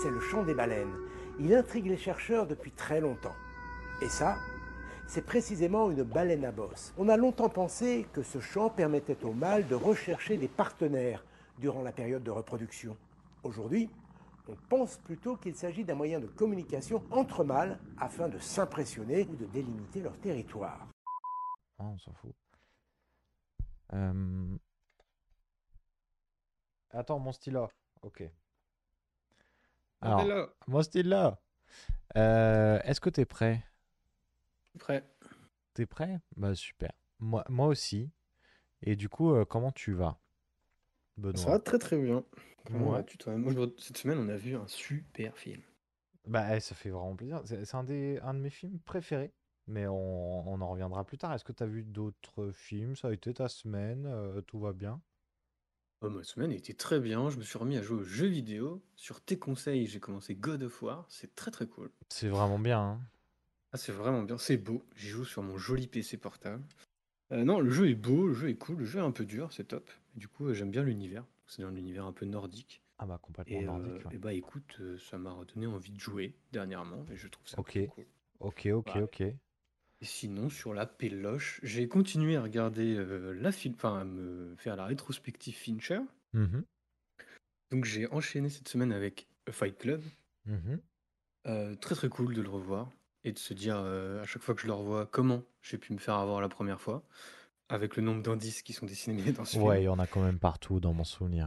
c'est le chant des baleines. Il intrigue les chercheurs depuis très longtemps. Et ça, c'est précisément une baleine à bosse. On a longtemps pensé que ce chant permettait aux mâles de rechercher des partenaires durant la période de reproduction. Aujourd'hui, on pense plutôt qu'il s'agit d'un moyen de communication entre mâles afin de s'impressionner ou de délimiter leur territoire. Ah, on s'en fout. Euh, Attends, mon stylo. Ok. Alors, Là, mon stylo. Est-ce que t'es prêt? prêt. T'es prêt? Bah super. Moi aussi. Et du coup, comment tu vas, Ça va Benoît? très très bien. Comment Ouais. vas-tu toi? Cette semaine, on a vu un super film. Bah, ça fait vraiment plaisir. C'est un de mes films préférés. Mais on en reviendra plus tard. Est-ce que t'as vu d'autres films? Ça a été ta semaine? Tout va bien? Oh, ma semaine était très bien. Je me suis remis à jouer aux jeux vidéo. Sur tes conseils, j'ai commencé God of War. C'est très très cool. C'est vraiment bien, hein. Ah, c'est vraiment bien. C'est beau. J'y joue sur mon joli PC portable. Non, le jeu est beau, le jeu est cool, le jeu est un peu dur, c'est top. Et du coup, j'aime bien l'univers. C'est dans l'univers un peu nordique. Ah bah complètement nordique, ouais. Et bah écoute, ça m'a redonné envie de jouer dernièrement. Et je trouve ça Ok, plutôt cool. ok, ok, Voilà. ok. Et sinon, sur la péloche, j'ai continué à regarder enfin à me faire la rétrospective Fincher. Mhm, Donc j'ai enchaîné cette semaine avec A Fight Club. mhm. Très très cool de le revoir et de se dire à chaque fois que je le revois comment j'ai pu me faire avoir la première fois, avec le nombre d'indices qui sont disséminés dans ce Ouais, film. il y en a quand même partout dans mon souvenir.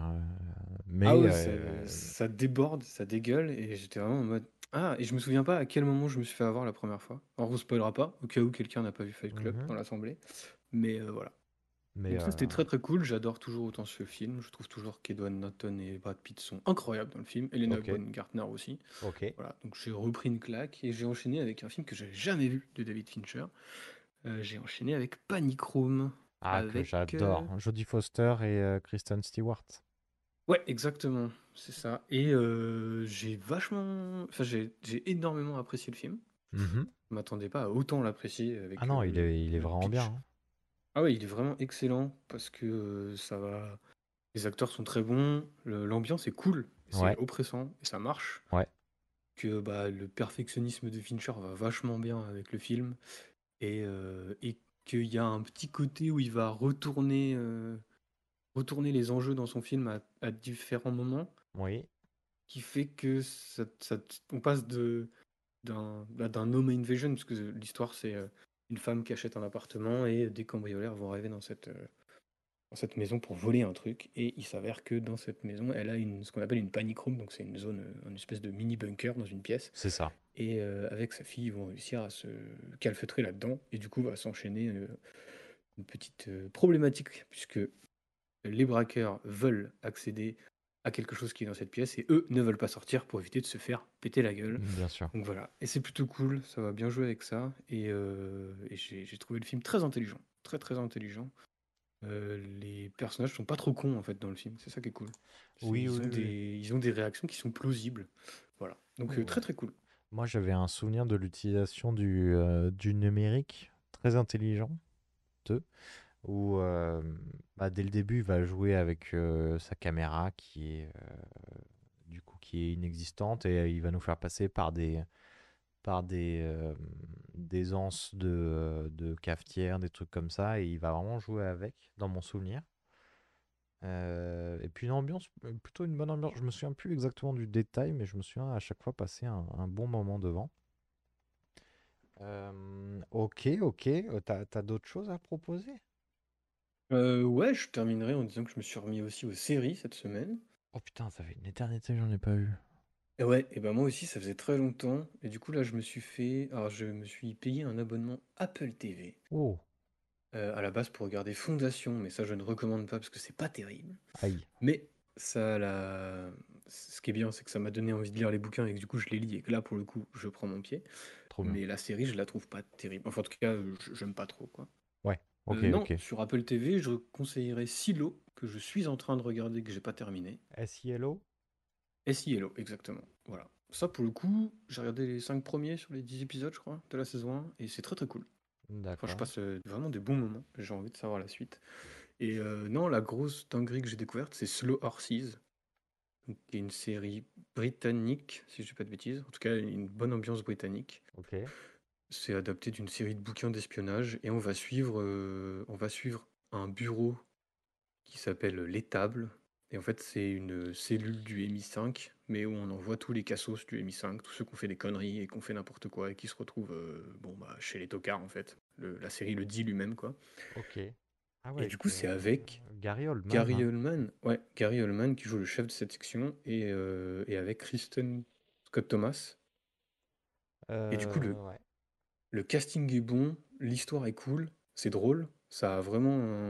Ah Mais ouais, ça déborde, ça dégueule et j'étais vraiment en mode ah, et je me souviens pas à quel moment je me suis fait avoir la première fois. Alors on vous spoilera pas, au cas où quelqu'un n'a pas vu Fight Club mhm. dans l'assemblée, mais voilà. Mais Donc ça, c'était très très cool. J'adore toujours autant ce film. Je trouve toujours qu'Edward Norton et Brad Pitt sont incroyables dans le film. Helena ok, Bonham Carter aussi. ok. Voilà, donc j'ai repris une claque et j'ai enchaîné avec un film que j'avais jamais vu de David Fincher. J'ai enchaîné avec Panic Room. Ah, que Avec... j'adore. Jodie Foster et Kristen Stewart. Ouais, exactement, c'est ça. Et j'ai vachement... Enfin, j'ai énormément apprécié le film. Mhm. Je m'attendais pas à autant l'apprécier Ah avec non, il est le vraiment bien, pitch. hein. Ah ouais, il est vraiment excellent parce que ça va... Les acteurs sont très bons, l'ambiance est cool, c'est Ouais, oppressant et ça marche. ouais, Que bah, le perfectionnisme de Fincher va vachement bien avec le film et qu'il y a un petit côté où il va retourner les enjeux dans son film à différents moments oui, qui fait que on passe d'un no main invasion, parce que l'histoire c'est une femme qui achète un appartement et des cambrioleurs vont arriver dans cette maison pour voler un truc. Et il s'avère que dans cette maison, elle a ce qu'on appelle une panic room, donc c'est une zone, une espèce de mini bunker dans une pièce. c'est ça. Et avec sa fille, ils vont réussir à se calfeutrer là-dedans. Et du coup, va s'enchaîner une petite problématique, puisque les braqueurs veulent accéder à quelque chose qui est dans cette pièce, et eux ne veulent pas sortir pour éviter de se faire péter la gueule. Bien sûr. Donc voilà. Et c'est plutôt cool, ça va bien jouer avec ça. Et j'ai trouvé le film très intelligent. Très très intelligent. Les personnages sont pas trop cons en fait dans le film, c'est ça qui est cool. Oui, oui, oui. Ils ont des réactions qui sont plausibles. Voilà. Donc Ouais. très très cool. Moi, j'avais un souvenir de l'utilisation du numérique très intelligent, où bah, dès le début, il va jouer avec sa caméra qui est inexistante et il va nous faire passer par des anses de cafetière, des trucs comme ça, et il va vraiment jouer avec, dans mon souvenir. Et puis une ambiance, plutôt une bonne ambiance. Je me souviens plus exactement du détail, mais je me souviens à chaque fois passer un bon moment devant. Ok, ok. T'as d'autres choses à proposer? Ouais, je terminerai en disant que je me suis remis aussi aux séries cette semaine. Oh putain, ça fait une éternité que j'en ai pas vu. Et ouais, et ben moi aussi, ça faisait très longtemps. Et du coup, là, alors je me suis payé un abonnement Apple TV Oh, à la base pour regarder Fondation, mais ça, je ne recommande pas parce que c'est pas terrible. aïe, Mais ça, ce qui est bien, c'est que ça m'a donné envie de lire les bouquins et que du coup, je les lis et que là, pour le coup, je prends mon pied. trop bien. Mais la série, je la trouve pas terrible. Enfin, en tout cas, j'aime pas trop, quoi. Ouais, ok, Non, ok. sur Apple TV, je conseillerais Silo, que je suis en train de regarder, que j'ai pas terminé. SILO? SILO, exactement. Voilà. Ça, pour le coup, j'ai regardé les 5 premiers sur les 10 épisodes, je crois, de la saison 1, et c'est très très cool. Enfin, je D'accord. passe vraiment des bons moments, j'ai envie de savoir la suite. Et non, la grosse dinguerie que j'ai découverte, c'est Slow Horses, donc, qui est une série. britannique, si je dis pas de bêtises. En tout cas, une bonne ambiance britannique. Ok. C'est adapté d'une série de bouquins d'espionnage et on va suivre un bureau qui s'appelle l'Étable. Et en fait, c'est une cellule du MI5, mais où on envoie tous les cassos du MI5, tous ceux qui ont fait des conneries et qui ont fait n'importe quoi et qui se retrouvent chez les tocards en fait. La série le dit lui-même quoi. Ok. Ah ouais, Et du coup, c'est avec Gary Oldman, Gary hein. Oldman, ouais, Gary Oldman qui joue le chef de cette section et avec Kristen Scott Thomas. Et du coup, Ouais. le casting est bon, l'histoire est cool, c'est drôle, ça a vraiment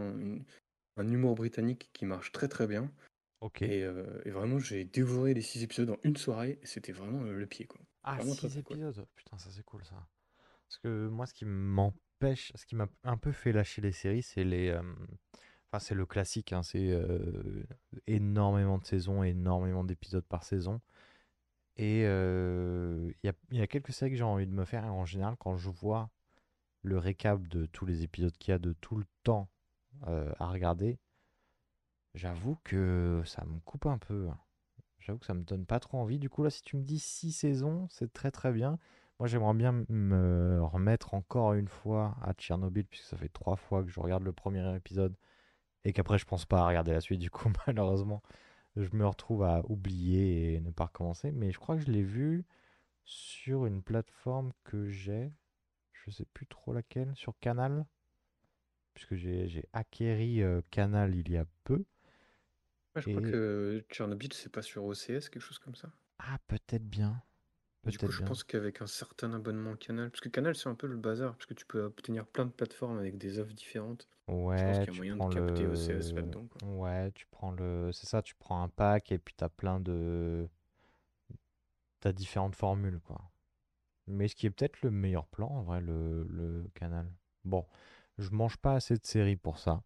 un humour britannique qui marche très très bien. Ok. Et vraiment, j'ai dévoré les 6 épisodes en une soirée et c'était vraiment le pied, quoi. Ah, Vraiment très 6 très cool. épisodes. Putain, ça c'est cool ça. Parce que moi, ce qui m'empêche, ce qui m'a un peu fait lâcher les séries, c'est enfin, c'est le classique, hein, c'est énormément de saisons, énormément d'épisodes par saison. Et il y a quelques séries que j'ai envie de me faire. Et en général, quand je vois le récap de tous les épisodes qu'il y a, de tout le temps à regarder, j'avoue que ça me coupe un peu, hein. J'avoue que ça me donne pas trop envie. Du coup, là, si tu me dis 6 saisons, c'est très très bien. Moi, j'aimerais bien me remettre encore une fois à Tchernobyl, puisque ça fait 3 fois que je regarde le premier épisode et qu'après, je pense pas à regarder la suite. Du coup, malheureusement, je me retrouve à oublier et ne pas recommencer. Mais je crois que je l'ai vu sur une plateforme que j'ai, je sais plus trop laquelle, sur Canal, puisque j'ai acquéri Canal il y a peu. Ouais, je crois Et que Tchernobyl, c'est pas sur OCS, quelque chose comme ça. ah, peut-être bien, Du coup, peut-être je bien. pense qu'avec un certain abonnement Canal, parce que Canal, c'est un peu le bazar, parce que tu peux obtenir plein de plateformes avec des offres différentes. Je pense Ouais, qu'il y a tu moyen de prends capter OCS là-dedans, quoi. Ouais, tu prends le... C'est ça, tu prends un pack et puis t'as plein de... T'as différentes formules, quoi. Mais ce qui est peut-être le meilleur plan, en vrai, le canal. Bon, je mange pas assez de séries pour ça.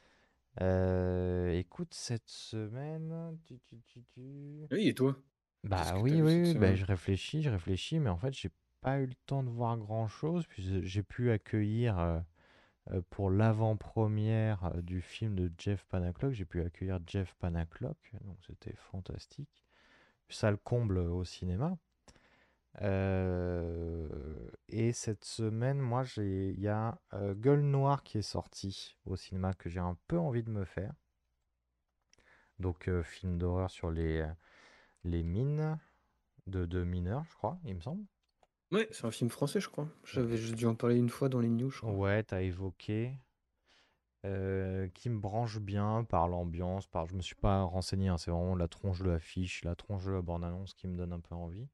Écoute, cette semaine... Oui, et toi? Qu'est-ce Bah que t'as oui, vu oui, cette oui, bah, semaine? je réfléchis, mais en fait, j'ai pas eu le temps de voir grand-chose, puis j'ai pu accueillir... pour l'avant-première du film de Jeff Panaclock, j'ai pu accueillir Jeff Panaclock, donc c'était fantastique. Ça le comble au cinéma. Euh, et cette semaine, il y a Gueule Noire qui est sorti au cinéma que j'ai un peu envie de me faire. Donc film d'horreur sur les mines de mineurs, je crois, il me semble. Ouais, c'est un film français, je crois. Ouais, J'ai dû en parler une fois dans les news, je crois. ouais, t'as évoqué. Qui me branche bien par l'ambiance, par... Je me suis pas renseigné, hein, c'est vraiment la tronche de l'affiche, la tronche de la bande-annonce qui me donne un peu envie.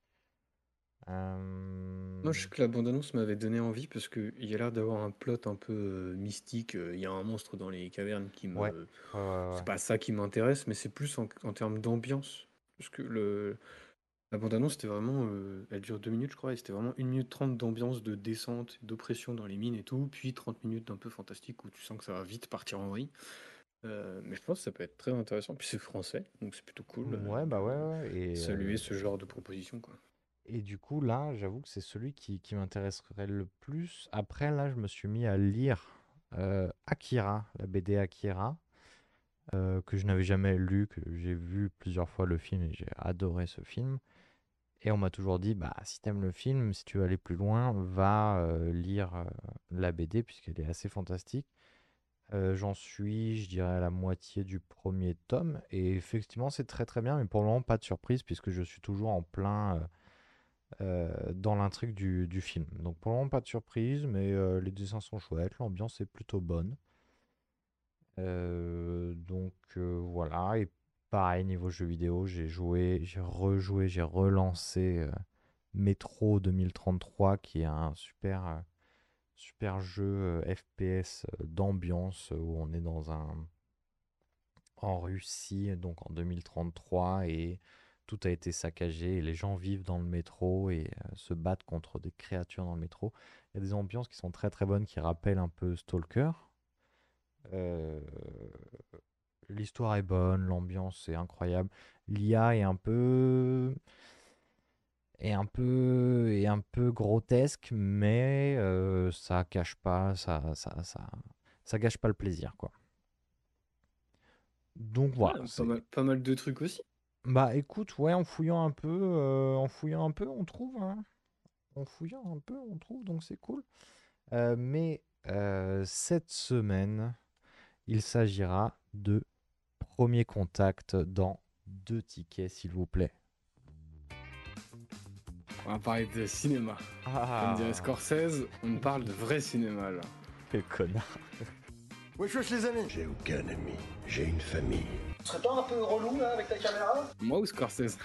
Moi, je Euh, sais que la bande-annonce m'avait donné envie parce qu'il y a l'air d'avoir un plot un peu mystique. Il y a un monstre dans les cavernes qui Ouais, me. ouais, ouais, C'est ouais. pas ça qui m'intéresse, mais c'est plus en termes d'ambiance. Parce que la bande-annonce, c'était vraiment. Elle dure 2 minutes, je crois, et c'était vraiment 1 minute 30 d'ambiance, de descente, d'oppression dans les mines et tout, puis 30 minutes d'un peu fantastique où tu sens que ça va vite partir en vrille. Mais je pense que ça peut être très intéressant. Puis c'est français, donc c'est plutôt cool Ouais, bah de ouais, ouais. saluer ce genre de proposition, quoi. Et du coup, là, j'avoue que c'est celui qui m'intéresserait le plus. Après, là, je me suis mis à lire Akira, la BD Akira, que je n'avais jamais lu, que j'ai vu plusieurs fois le film et j'ai adoré ce film. Et on m'a toujours dit, bah, si t'aimes le film, si tu veux aller plus loin, va lire la BD, puisqu'elle est assez fantastique. J'en suis, je dirais, à la moitié du premier tome. Et effectivement, c'est très très bien, mais pour le moment, pas de surprise, puisque je suis toujours en plein dans l'intrigue du film. Donc pour le moment, pas de surprise, mais les dessins sont chouettes, l'ambiance est plutôt bonne. Voilà, et pareil, niveau jeux vidéo, j'ai joué, j'ai rejoué, j'ai relancé Metro 2033, qui est un super jeu FPS d'ambiance où on est en Russie, donc en 2033, et tout a été saccagé, et les gens vivent dans le métro et se battent contre des créatures dans le métro. Il y a des ambiances qui sont très très bonnes, qui rappellent un peu Stalker. Euh, L'histoire est bonne, l'ambiance est incroyable. L'IA est un peu grotesque, mais ça cache pas, ça gâche pas le plaisir, quoi. Donc voilà, Ouais, c'est pas mal de trucs aussi. Bah écoute, ouais, en fouillant un peu, on trouve, hein. En fouillant un peu, on trouve, donc c'est cool. Mais cette semaine, il s'agira de Premier Contact dans 2 tickets, s'il vous plaît. On va parler de cinéma. Comme dirait Ah, Scorsese, on parle de vrai cinéma là. quel connard. Wesh wesh les amis. J'ai aucun ami, j'ai une famille. Tu serais pas un peu relou là avec ta caméra? Moi ou Scorsese?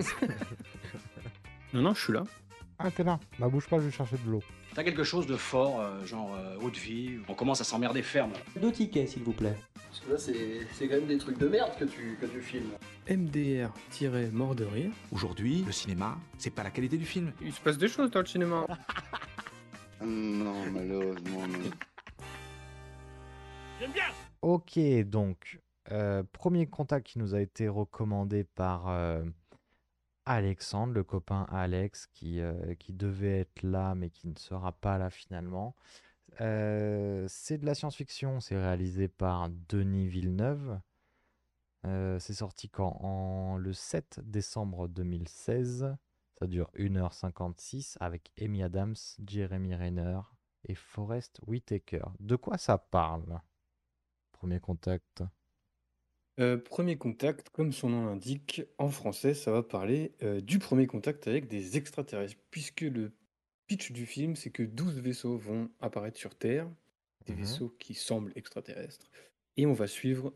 Non, je suis là. Ah, t'es là. Bah bouge pas, je vais chercher de l'eau. T'as quelque chose de fort, genre eau de vie, on commence à s'emmerder ferme. 2 tickets, s'il vous plaît. Parce que là c'est quand même des trucs de merde que tu filmes. MDR-mort de rire. Aujourd'hui, le cinéma, c'est pas la qualité du film. Il se passe des choses dans le cinéma. Non, malheureusement, non. Ok, donc, Premier Contact qui nous a été recommandé par Alexandre, le copain Alex, qui devait être là, mais qui ne sera pas là finalement. C'est de la science-fiction, c'est réalisé par Denis Villeneuve. C'est sorti le 7 décembre 2016. Ça dure 1h56 avec Amy Adams, Jeremy Renner et Forest Whitaker. De quoi ça parle? Premier Contact. Premier contact, comme son nom l'indique, en français, ça va parler du premier contact avec des extraterrestres, puisque le pitch du film, c'est que 12 vaisseaux vont apparaître sur Terre, des vaisseaux qui semblent extraterrestres, et on va suivre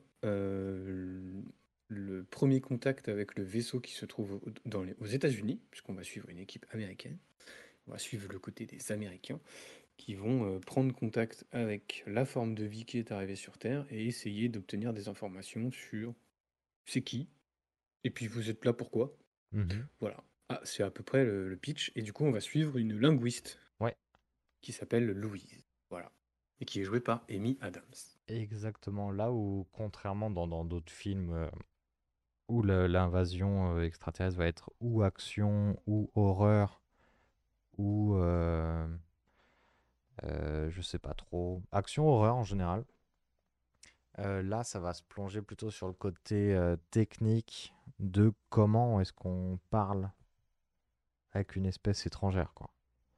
le premier contact avec le vaisseau qui se trouve aux États-Unis, puisqu'on va suivre une équipe américaine. On va suivre le côté des Américains qui vont prendre contact avec la forme de vie qui est arrivée sur Terre et essayer d'obtenir des informations sur c'est qui, et puis vous êtes là pourquoi. Mhm. Voilà. Ah, c'est à peu près le pitch. Et du coup, on va suivre une linguiste Ouais, qui s'appelle Louise. Voilà. Et qui est jouée par Amy Adams. exactement. Là où, contrairement dans d'autres films où l'invasion extraterrestre va être ou action ou horreur ou je sais pas trop. Action, horreur en général. Là, ça va se plonger plutôt sur le côté technique de comment est-ce qu'on parle avec une espèce étrangère, quoi.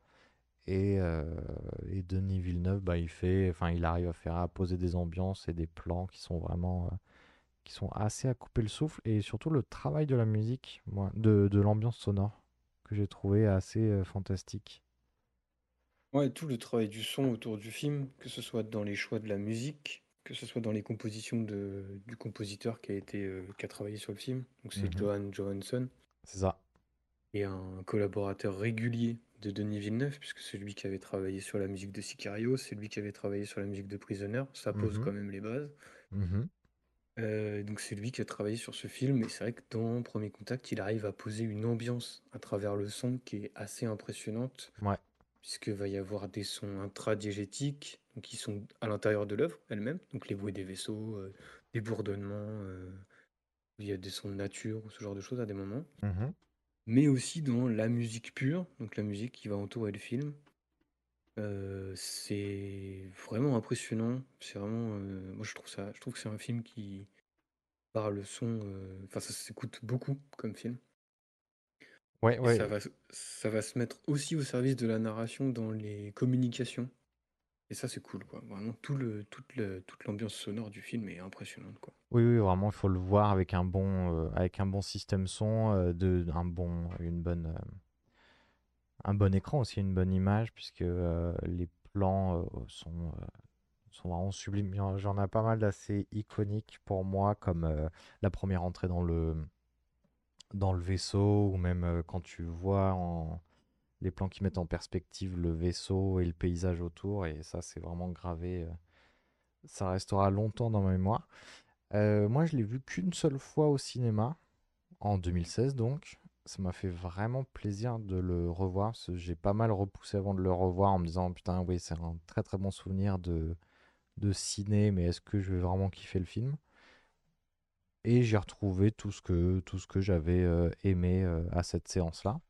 Et Denis Villeneuve, bah, il arrive à poser des ambiances et des plans qui sont vraiment, qui sont assez à couper le souffle. Et surtout le travail de la musique, moi, de l'ambiance sonore, que j'ai trouvé assez fantastique. Ouais, tout le travail du son autour du film, que ce soit dans les choix de la musique, que ce soit dans les compositions du compositeur qui a travaillé sur le film. Donc c'est Mhm. Johan Johansson. C'est ça. Et un collaborateur régulier de Denis Villeneuve, puisque c'est lui qui avait travaillé sur la musique de Sicario, c'est lui qui avait travaillé sur la musique de Prisoner, ça pose Mhm. quand même les bases. Mhm. Donc c'est lui qui a travaillé sur ce film, et c'est vrai que dans Premier Contact, il arrive à poser une ambiance à travers le son qui est assez impressionnante, Ouais. puisque va y avoir des sons intradiégétiques, donc qui sont à l'intérieur de l'œuvre elle-même, donc les bruits des vaisseaux, des bourdonnements, il y a des sons de nature, ou ce genre de choses à des moments. Mhm. Mais aussi dans la musique pure, donc la musique qui va entourer le film. C'est vraiment impressionnant. C'est vraiment, moi je trouve que c'est un film qui, par le son, enfin ça s'écoute beaucoup comme film. Ouais, Et ouais. ça va se mettre aussi au service de la narration dans les communications. Et ça c'est cool, quoi. Vraiment toute l'ambiance sonore du film est impressionnante, quoi. Oui, oui, vraiment, il faut le voir avec un bon système son, un bon écran aussi, une bonne image, puisque les plans sont vraiment sublimes. J'en ai pas mal d'assez iconiques pour moi, comme la première entrée dans le vaisseau, ou même quand tu vois les plans qui mettent en perspective le vaisseau et le paysage autour, et ça, c'est vraiment gravé. Ça restera longtemps dans ma mémoire. Moi, je l'ai vu qu'une seule fois au cinéma, en 2016 donc. Ça m'a fait vraiment plaisir de le revoir, parce que j'ai pas mal repoussé avant de le revoir en me disant putain, oui, c'est un très très bon souvenir de ciné, mais est-ce que je vais vraiment kiffer le film? Et j'ai retrouvé tout ce que j'avais aimé à cette séance-là.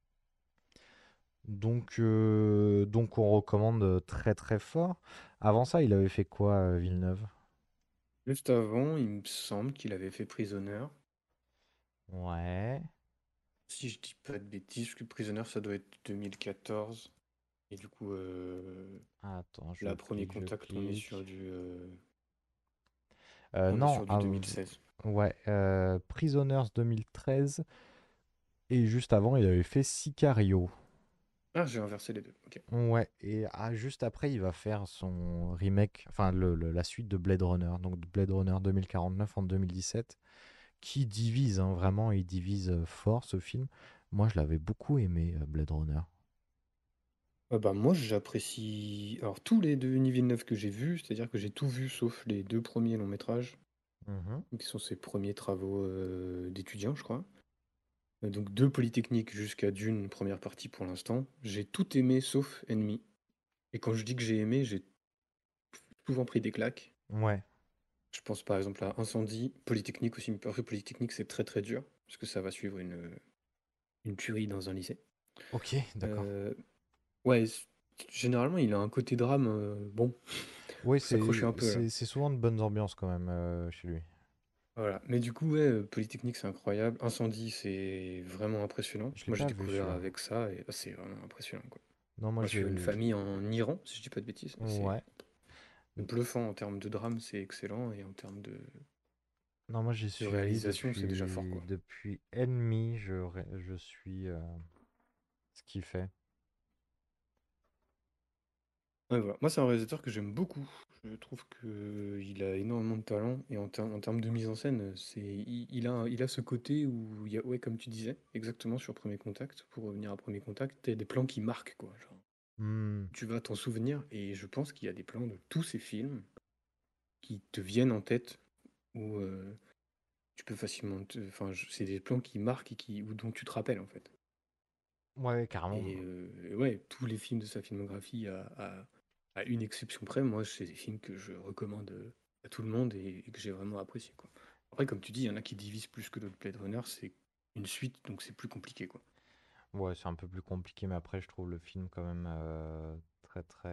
Donc on recommande très très fort. Avant ça, il avait fait quoi, Villeneuve? Juste avant, il me semble qu'il avait fait Prisoner. Ouais. Si je dis pas de bêtises, parce que Prisoner, ça doit être 2014. Et du coup, Attends, je là, Premier clique, je Contact, on est sur clique. du, on est Non, sur du 2016. ouais, Prisoners 2013. Et juste avant, il avait fait Sicario. Ah, j'ai inversé les deux. Ok. Ouais, et juste après, il va faire son remake, enfin la suite de Blade Runner, donc Blade Runner 2049 en 2017, qui divise, hein, vraiment, il divise fort ce film. Moi, je l'avais beaucoup aimé, Blade Runner. Bah, moi, j'apprécie. Alors, tous les Denis Villeneuve que j'ai vus, c'est-à-dire que j'ai tout vu sauf les deux premiers longs métrages, Mhm. qui sont ses premiers travaux d'étudiant, je crois. Donc, de Polytechnique jusqu'à Dune, première partie pour l'instant. J'ai tout aimé sauf Ennemi. Et quand je dis que j'ai aimé, j'ai souvent pris des claques. Ouais, Je pense par exemple à Incendie, Polytechnique aussi, mais après Polytechnique c'est très très dur, parce que ça va suivre une tuerie dans un lycée. ok, d'accord. Euh, ouais, généralement il a un côté drame, bon, Oui, faut s'accrocher un peu là. c'est souvent de bonnes ambiances quand même chez lui. Voilà, mais du coup, ouais, Polytechnique c'est incroyable. Incendie c'est vraiment impressionnant. Je l'ai Moi j'ai pas vu découvert celui-là. avec ça et c'est vraiment impressionnant quoi. Non, moi On va je suivre une l'ai. famille en Iran, si je dis pas de bêtises, et c'est Ouais. bluffant en termes de drame, c'est excellent, et en termes Non, moi j'ai de suivi réalisation c'est déjà fort quoi. depuis Ennemi, je suis ce qu'il fait. Ouais, voilà. Moi, c'est un réalisateur que j'aime beaucoup. Je trouve qu'il a énormément de talent et en termes de mise en scène, il a ce côté où il y a, ouais, comme tu disais, exactement sur Premier Contact. Pour revenir à Premier Contact, il y a des plans qui marquent, quoi. Genre, Hmm. tu vas t'en souvenir et je pense qu'il y a des plans de tous ces films qui te viennent en tête où tu peux facilement, enfin, c'est des plans qui marquent et ou dont tu te rappelles en fait. Ouais, carrément. Et ouais, tous les films de sa filmographie, à une exception près, moi, c'est des films que je recommande à tout le monde et que j'ai vraiment apprécié, quoi. Après, comme tu dis, il y en a qui divisent plus que d'autres. Blade Runner, c'est une suite, donc c'est plus compliqué, quoi. Ouais, c'est un peu plus compliqué, mais après, je trouve le film quand même très, très.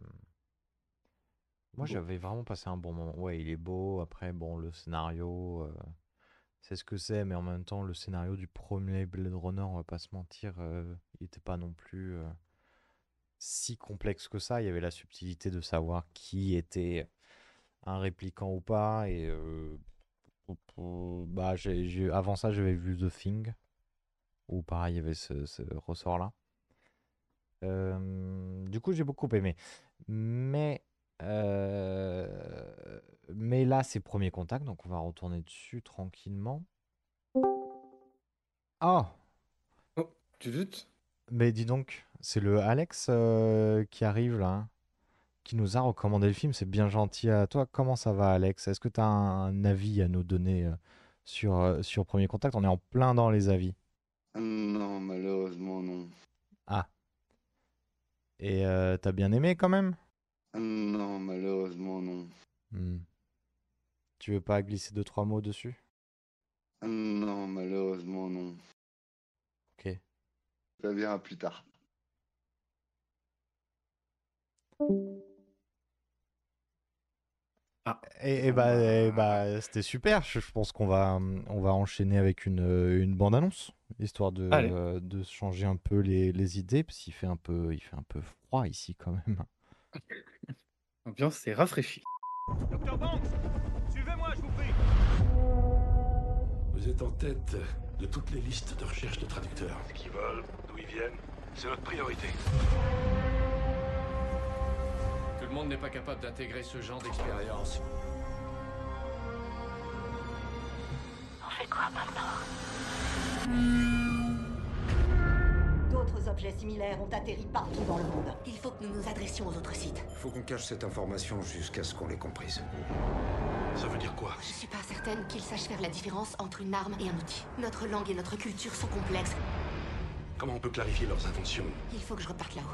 Moi, Bon. j'avais vraiment passé un bon moment. Ouais, il est beau. Après, bon, le scénario, c'est ce que c'est, mais en même temps, le scénario du premier Blade Runner, on va pas se mentir, il était pas non plus si complexe que ça. Il y avait la subtilité de savoir qui était un répliquant ou pas. Et bah, avant ça, j'avais vu The Thing, où pareil, il y avait ce ressort-là. Du coup, j'ai beaucoup aimé. Mais, euh, mais là, c'est Premier Contact, donc on va retourner dessus tranquillement. Ah, Oh, tu doutes? mais dis donc, c'est le Alex qui arrive là, hein, qui nous a recommandé le film. C'est bien gentil à toi. Comment ça va, Alex? Est-ce que tu as un avis à nous donner sur Premier Contact? On est en plein dans les avis. Non, malheureusement, non. Ah, et t'as bien aimé quand même? Non, malheureusement, non. Hmm. Tu veux pas glisser deux, trois mots dessus? Non, malheureusement, non. Ok. Ça viendra plus tard. Ah, Et bon, bah... c'était super. Je pense on va enchaîner avec une bande-annonce, histoire Allez. de changer un peu les idées, parce il fait un peu froid ici quand même. L'ambiance s'est rafraîchie. Docteur Banks, suivez-moi, je vous prie. Vous êtes en tête de toutes les listes de recherche de traducteurs. Ce qu'ils veulent, d'où ils viennent, c'est notre priorité. Tout le monde n'est pas capable d'intégrer ce genre d'expérience. On fait quoi maintenant? D'autres objets similaires ont atterri partout dans le monde. Il faut que nous nous adressions aux autres sites. Faut qu'on cache cette information jusqu'à ce qu'on l'ait comprise. Ça veut dire quoi? Je suis pas certaine qu'ils sachent faire la différence entre une arme et un outil. Notre langue et notre culture sont complexes. Comment on peut clarifier leurs intentions? Il faut que je reparte là-haut.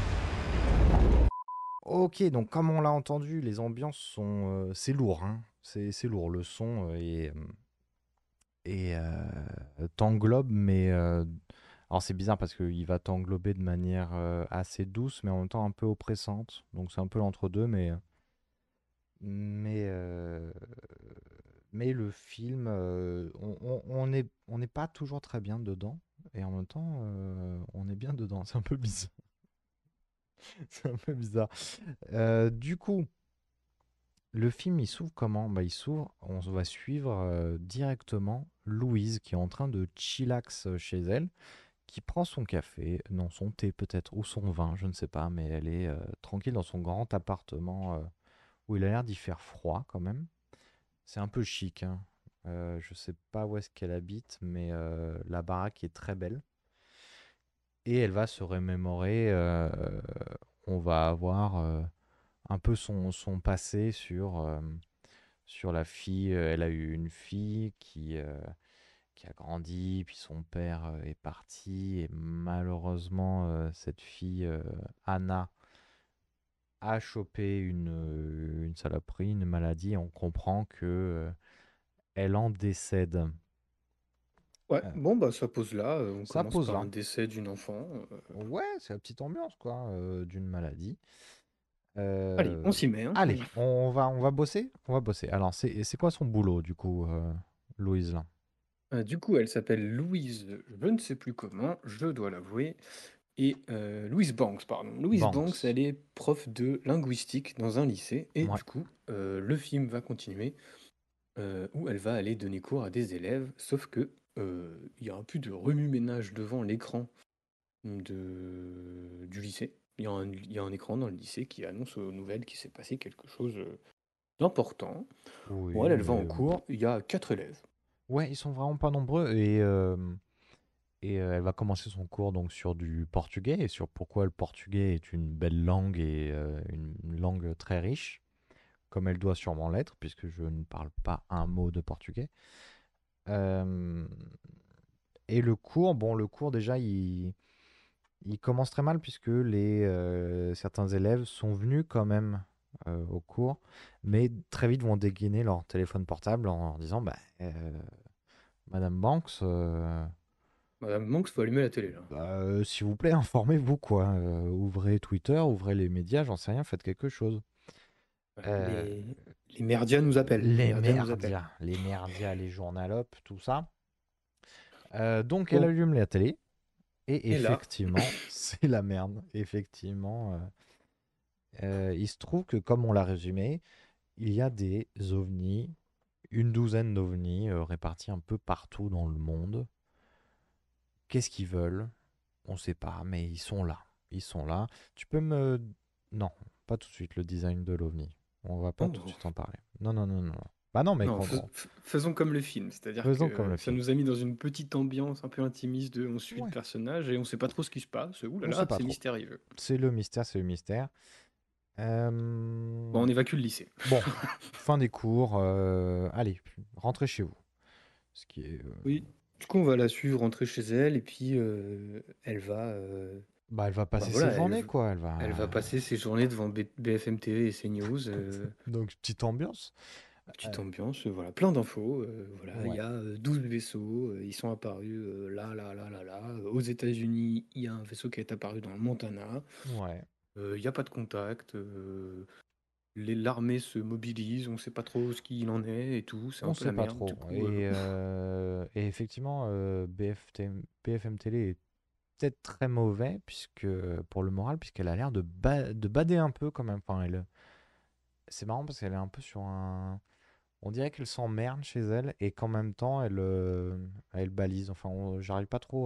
Ok, donc comme on l'a entendu, les ambiances sont, c'est lourd, hein. C'est lourd. Le son t'englobe, mais alors c'est bizarre parce qu'il va t'englober de manière assez douce, mais en même temps un peu oppressante. Donc c'est un peu l'entre-deux, mais Mais le film, on n'est pas toujours très bien dedans. Et en même temps, on est bien dedans. C'est un peu bizarre. C'est un peu bizarre. Du coup, le film, il s'ouvre comment? Bah, il s'ouvre, on va suivre directement Louise qui est en train de chillax chez elle, qui prend son café, non, son thé peut-être, ou son vin, je ne sais pas, mais elle est tranquille dans son grand appartement où il a l'air d'y faire froid quand même. C'est un peu chic, hein. Je sais pas où est-ce qu'elle habite, mais la baraque est très belle. Et elle va se remémorer, on va avoir un peu son passé sur la fille. Elle a eu une fille qui a grandi, puis son père est parti. Et malheureusement, cette fille, Anna, a chopé une saloperie, une maladie. Et on comprend que elle en décède. Ouais, Euh, bon, bah ça pose là. On Ça commence pose par là. un décès d'une enfant. Ouais, c'est la petite ambiance, quoi, d'une maladie. Allez, Euh, on s'y met, hein. Allez, on va bosser. On va bosser. Alors, c'est quoi son boulot, du coup, Louise, là? Du coup, elle s'appelle Louise, je ne sais plus comment, je dois l'avouer. Et Louise Banks, pardon. Louise Banks, Banks. elle est prof de linguistique dans un lycée. Et Ouais. du coup, le film va continuer où elle va aller donner cours à des élèves. Sauf que il y a un peu de remue-ménage devant l'écran du lycée. Il y a un écran dans le lycée qui annonce aux nouvelles qu'il s'est passé quelque chose d'important. Bon, elle, Oui, elle va en mais cours. Il y a 4 élèves. ouais, ils sont vraiment pas nombreux. Et elle va commencer son cours donc sur du portugais et sur pourquoi le portugais est une belle langue et une langue très riche, comme elle doit sûrement l'être, puisque je ne parle pas un mot de portugais. Euh, et le cours déjà, il commence très mal puisque certains élèves sont venus quand même au cours, mais très vite vont dégainer leur téléphone portable en leur disant bah, Madame Banks, Madame Banks, faut allumer la télé là. s'il vous plaît, informez-vous quoi. Ouvrez Twitter, ouvrez les médias, j'en sais rien, faites quelque chose. Ouais, Euh, les merdias nous appellent. Les merdias nous appellent. Les merdias, les journalopes, tout ça. Donc elle Bon, allume la télé et et là, effectivement, c'est la merde. Effectivement, il se trouve que comme on l'a résumé, il y a des ovnis, une douzaine d'ovnis répartis un peu partout dans le monde. Qu'est-ce qu'ils veulent? On ne sait pas, mais ils sont là. Ils sont là. Tu peux me... Non, pas tout de suite, le design de l'ovni. On va pas tout de oh, suite en parler. Non, non, non, non. Bah non, mais non, faisons comme le film. C'est-à-dire faisons comme que le ça film. nous a mis dans une petite ambiance un peu intimiste de on suit le Ouais, personnage et on sait pas trop ce qui se passe. Ouh là on sait là, pas c'est trop. mystérieux. C'est le mystère, c'est le mystère. Bon, Euh, on évacue le lycée. Bon, fin des cours. Allez, rentrez chez vous. Ce qui est... Oui, du coup, on va la suivre rentrer chez elle et puis elle va, Bah, elle va bah passer ses voilà, journées, quoi. Elle elle va va... passer ses journées devant BFM TV et CNews. Donc, petite ambiance. Petite ambiance, voilà, plein d'infos. Voilà, il y Ouais. a 12 vaisseaux, ils sont apparus là, là, là, là, là. Aux États-Unis, il y a un vaisseau qui est apparu dans le Montana. Ouais. Il n'y a pas de contact. L'armée se mobilise, on ne sait pas trop ce qu'il en est et tout. C'est un On peu sait la pas merde. Du trop. coup, Et effectivement, BFM Télé est peut-être très mauvais puisque, pour le moral, puisqu'elle a l'air de bader un peu quand même. Enfin, c'est marrant parce qu'elle est un peu sur un... On dirait qu'elle s'emmerde chez elle et qu'en même temps, elle balise. Enfin, j'arrive pas trop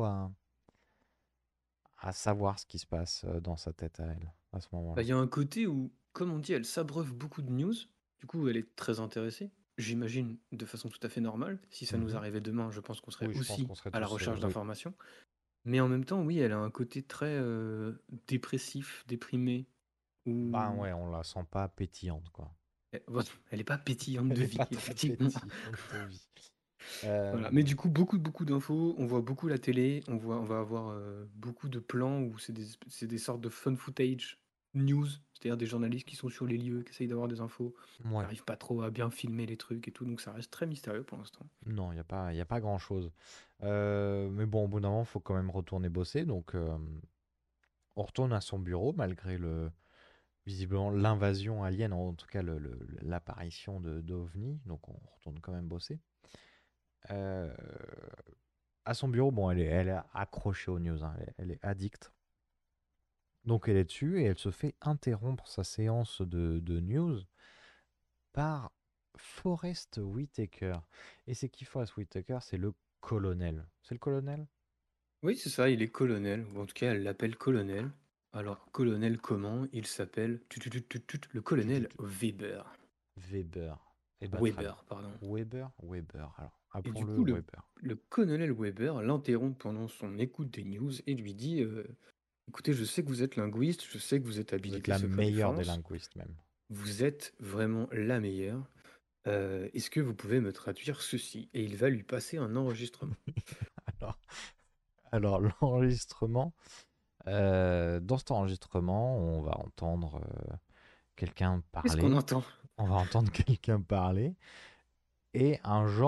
à savoir ce qui se passe dans sa tête à elle à ce bah, moment-là. il y a un côté où, comme on dit, elle s'abreuve beaucoup de news. Du coup, elle est très intéressée. J'imagine de façon tout à fait normale. Si ça nous Mhm. arrivait demain, je pense qu'on serait Oui, je pense aussi qu'on serait à la tous... recherche oui. d'informations. Mais en même temps, oui, elle a un côté très dépressif, déprimé, Ben où ouais, on la sent pas pétillante, quoi. elle n'est pas pétillante Elle de est vie, pas très effectivement. pétillante de vie. Voilà. Mais du coup, beaucoup d'infos. On voit beaucoup la télé. On va avoir beaucoup de plans où c'est des sortes de fun footage news, c'est-à-dire des journalistes qui sont sur les lieux, qui essayent d'avoir des infos, qui Ouais. n'arrivent pas trop à bien filmer les trucs et tout. Donc ça reste très mystérieux pour l'instant. Non, y a pas grand-chose. Mais bon, au bout d'un moment, il faut quand même retourner bosser. Donc, on retourne à son bureau malgré visiblement l'invasion alien, en tout cas l'apparition d'OVNI, donc on retourne quand même bosser. Euh, à son bureau, bon, elle est accrochée aux news, hein, elle est addicte. Donc elle est dessus et elle se fait interrompre sa séance de news par Forrest Whitaker. Et c'est qui Forrest Whitaker? C'est le colonel. C'est le colonel? Oui, c'est ça, il est colonel, ou en tout cas, elle l'appelle colonel. Alors, colonel comment? Il s'appelle le colonel Weber. Weber. Eh ben, très bien. Weber, pardon. Weber. Alors, Et du appelons-le coup, Weber. le colonel Weber l'interrompt pendant son écoute des news et lui dit écoutez, je sais que vous êtes linguiste, je sais que vous êtes Vous êtes habilité la secret meilleure des défense, linguistes même. vous êtes vraiment la meilleure. Est-ce que vous pouvez me traduire ceci? Et il va lui passer un enregistrement. Alors, alors l'enregistrement, dans cet enregistrement, on va entendre quelqu'un Qu'est-ce qu'on parler. entend? On va entendre quelqu'un parler et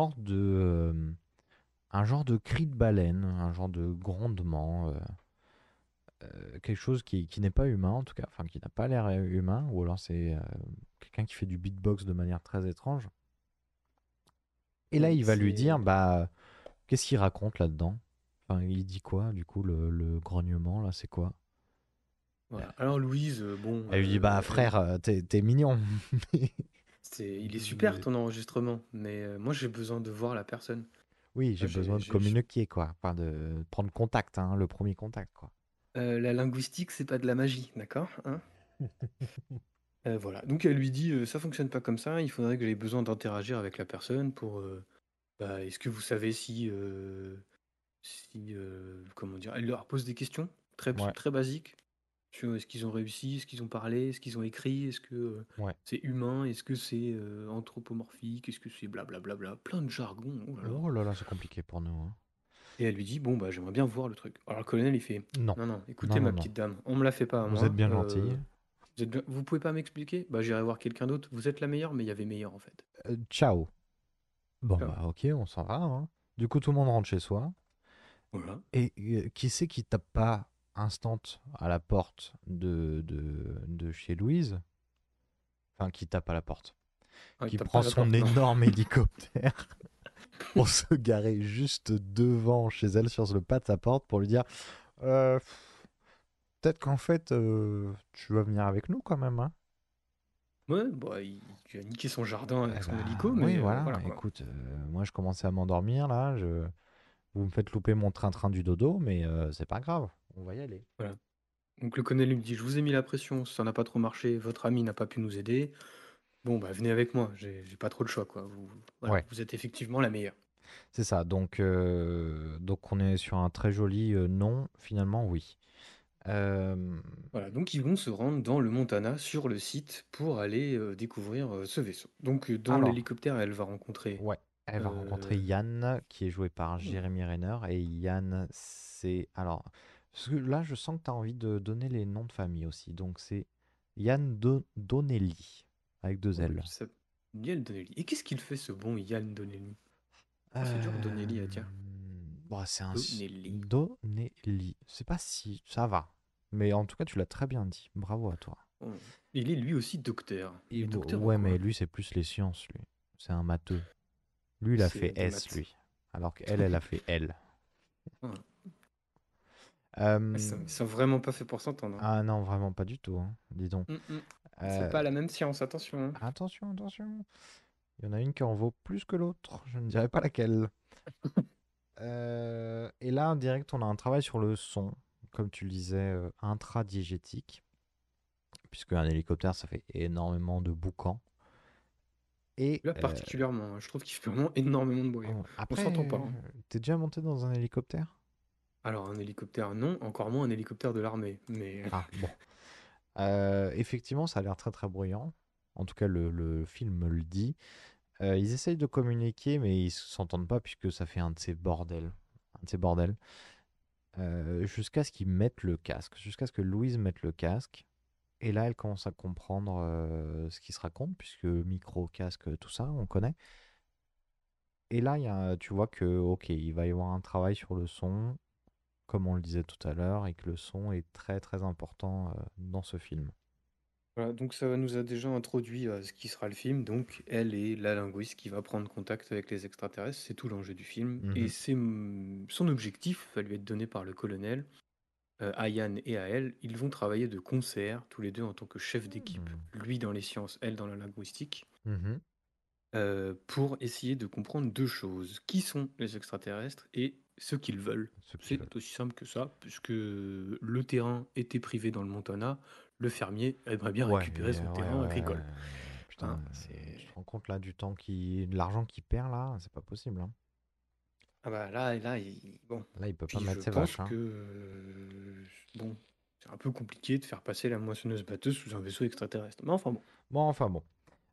un genre de cri de baleine, un genre de grondement, quelque chose qui n'est pas humain en tout cas, enfin qui n'a pas l'air humain, ou alors c'est quelqu'un qui fait du beatbox de manière très étrange. Et là, Oui, il va lui dire, c'est. bah, qu'est-ce qu'il raconte là-dedans? Enfin, il dit quoi, du coup, le grognement, là, c'est quoi? Voilà. Alors Louise, bon, Elle lui dit, bah, frère, t'es mignon. il est super ton enregistrement, mais moi j'ai besoin de voir la personne. Oui, j'ai Moi, besoin de communiquer, quoi. Enfin, de prendre contact, hein, le premier contact, quoi. La linguistique, c'est pas de la magie, d'accord, hein? Voilà. Donc elle lui dit ça fonctionne pas comme ça, il faudrait que j'aie besoin d'interagir avec la personne pour. Bah, est-ce que vous savez comment dire? Elle leur pose des questions très, Ouais, très basiques sur est-ce qu'ils ont réussi, est-ce qu'ils ont parlé, est-ce qu'ils ont écrit, est-ce que ouais. c'est humain, est-ce que c'est anthropomorphique, est-ce que c'est blablabla, plein de jargon, oh là là. Oh là là, c'est compliqué pour nous, hein. Et elle lui dit bon, bah, j'aimerais bien voir le truc. Alors le colonel, il fait Non, non, non, non, écoutez, non, ma non. petite dame, on me la fait pas à Vous êtes moi. bien gentille. Vous pouvez pas m'expliquer? Bah, j'irai voir quelqu'un d'autre. Vous êtes la meilleure, mais il y avait meilleur en fait. Ciao. Bon, Ciao. bah, ok, on s'en va, hein. Du coup, tout le monde rentre chez soi. Voilà. Et qui c'est qui tape pas instant à la porte de chez Louise? Enfin, qui tape à la porte. Ah, il Qui tape pas prend à la son porte, non. énorme hélicoptère pour se garer juste devant chez elle sur le pas de sa porte pour lui dire euh, peut-être qu'en fait tu vas venir avec nous quand même, hein. Ouais, bah, il a niqué son jardin Eh avec son ben, hélico, oui, mais voilà, voilà quoi. écoute, moi je commençais à m'endormir là, vous me faites louper mon train-train du dodo, mais c'est pas grave, on va y aller. Voilà. Donc le colonel lui dit je vous ai mis la pression, ça n'a pas trop marché, votre ami n'a pas pu nous aider. Bon, bah, venez avec moi, j'ai pas trop de choix quoi. Voilà, Ouais, vous êtes effectivement la meilleure. c'est ça, donc on est sur un très joli non, finalement oui. Euh, Voilà, donc ils vont se rendre dans le Montana sur le site pour aller découvrir ce vaisseau. Donc dans alors, l'hélicoptère, elle va rencontrer. ouais, elle va rencontrer euh, Yann, qui est joué par Jeremy Renner. Et Yann, c'est... Alors, parce que là, je sens que tu as envie de donner les noms de famille aussi. Donc, c'est Yann Donnelly, avec deux Oui, L. ça... Yann Donnelly. Et qu'est-ce qu'il fait ce bon Yann Donnelly? Oh, c'est dur Donnelly à dire. Bon, c'est un... Donnelly. Donnelly. C'est pas si... Ça va. Mais en tout cas, tu l'as très bien dit. Bravo à toi. Oh. Il est lui aussi docteur. Il est docteur en Ouais, mais quoi? lui, c'est plus les sciences, lui. C'est un matheux. Lui, il a C'est fait des S, maths. lui. Alors qu'elle, elle a fait L. Voilà. Euh, Ils sont vraiment pas faits pour s'entendre, hein. Ah non, vraiment pas du tout, hein. Dis donc. C'est Euh, pas la même science, attention, hein. Attention, attention. Il y en a une qui en vaut plus que l'autre. Je ne dirais pas laquelle. Et là, en direct, on a un travail sur le son, comme tu le disais, intradiégétique, puisque un hélicoptère, ça fait énormément de boucans. Et Là particulièrement, hein, je trouve qu'il fait vraiment énormément de bruit, hein. On après, s'entend pas, hein. t'es déjà monté dans un hélicoptère? Alors un hélicoptère non, encore moins un hélicoptère de l'armée, mais Ah, bon. Effectivement, ça a l'air très très bruyant. En tout cas, le film me le dit. Ils essayent de communiquer, mais ils s'entendent pas puisque ça fait un de ces bordels. Un de ces bordels. Jusqu'à ce qu'ils mettent le casque. Jusqu'à ce que Louise mette le casque. Et là, elle commence à comprendre ce qui se raconte, puisque micro, casque, tout ça, on connaît. Et là, tu vois que, ok, il va y avoir un travail sur le son, comme on le disait tout à l'heure, et que le son est très très important dans ce film. Voilà, donc ça nous a déjà introduit à ce qui sera le film. Donc, elle est la linguiste qui va prendre contact avec les extraterrestres. C'est tout l'enjeu du film. Et Mhm. son objectif va lui être donné par le colonel. À Yann et à elle, ils vont travailler de concert, tous les deux en tant que chefs d'équipe. Lui dans les sciences, elle dans la linguistique. Mhm. Pour essayer de comprendre deux choses. Qui sont les extraterrestres et ce qu'ils veulent. Ce qu'ils veulent. C'est aussi simple que ça, puisque le terrain était privé dans le Montana, le fermier aimerait bien Ouais, récupérer son terrain agricole. Putain, Hein, tu te rends compte là du temps de l'argent qu'il perd là, c'est pas possible. Hein. Ah bah là, bon. Là, il peut pas Puis je mettre ses pense vaches. Hein. que bon, c'est un peu compliqué de faire passer la moissonneuse batteuse sous un vaisseau extraterrestre. Mais enfin bon. Bon, enfin bon.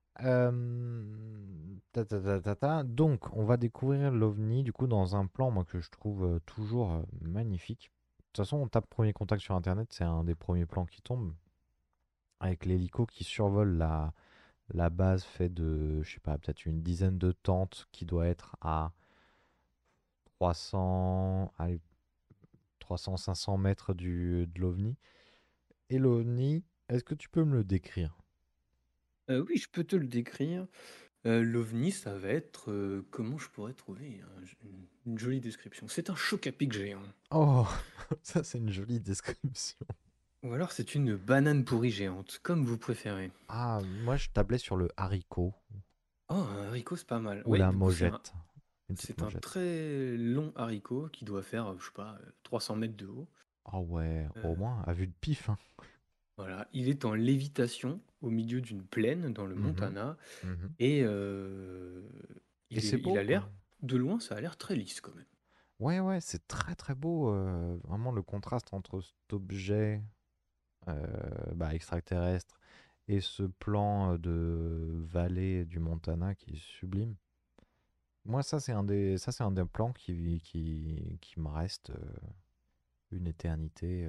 Donc, on va découvrir l'OVNI du coup dans un plan moi, que je trouve toujours magnifique. De toute façon, on tape premier contact sur internet, c'est un des premiers plans qui tombe avec l'hélico qui survole la base fait de, je sais pas, peut-être une dizaine de tentes qui doit être à 300, allez, 300-500 mètres de l'OVNI. Et l'OVNI, est-ce que tu peux me le décrire? Oui, je peux te le décrire. L'OVNI, ça va être, comment je pourrais trouver une jolie description? C'est un choc à pic géant. Oh, ça c'est une jolie description. Ou alors c'est une banane pourrie géante, comme vous préférez. Ah, moi je tablais sur le haricot Oh, un haricot, c'est pas mal. ou Oui, la du coup, mojette. Une petite c'est un mojette. très long haricot qui doit faire, je sais pas, 300 mètres de haut. Oh ouais, Euh, au moins, à vue de pif. Hein. Voilà, il est en lévitation au milieu d'une plaine dans le Mhm, Montana mhm. et Et c'est il beau a quoi. l'air, de loin, ça a l'air très lisse quand même. Ouais, ouais, c'est très très beau. Vraiment le contraste entre cet objet extraterrestre et ce plan de vallée du Montana qui est sublime. Moi, ça, c'est un des plans qui me reste une éternité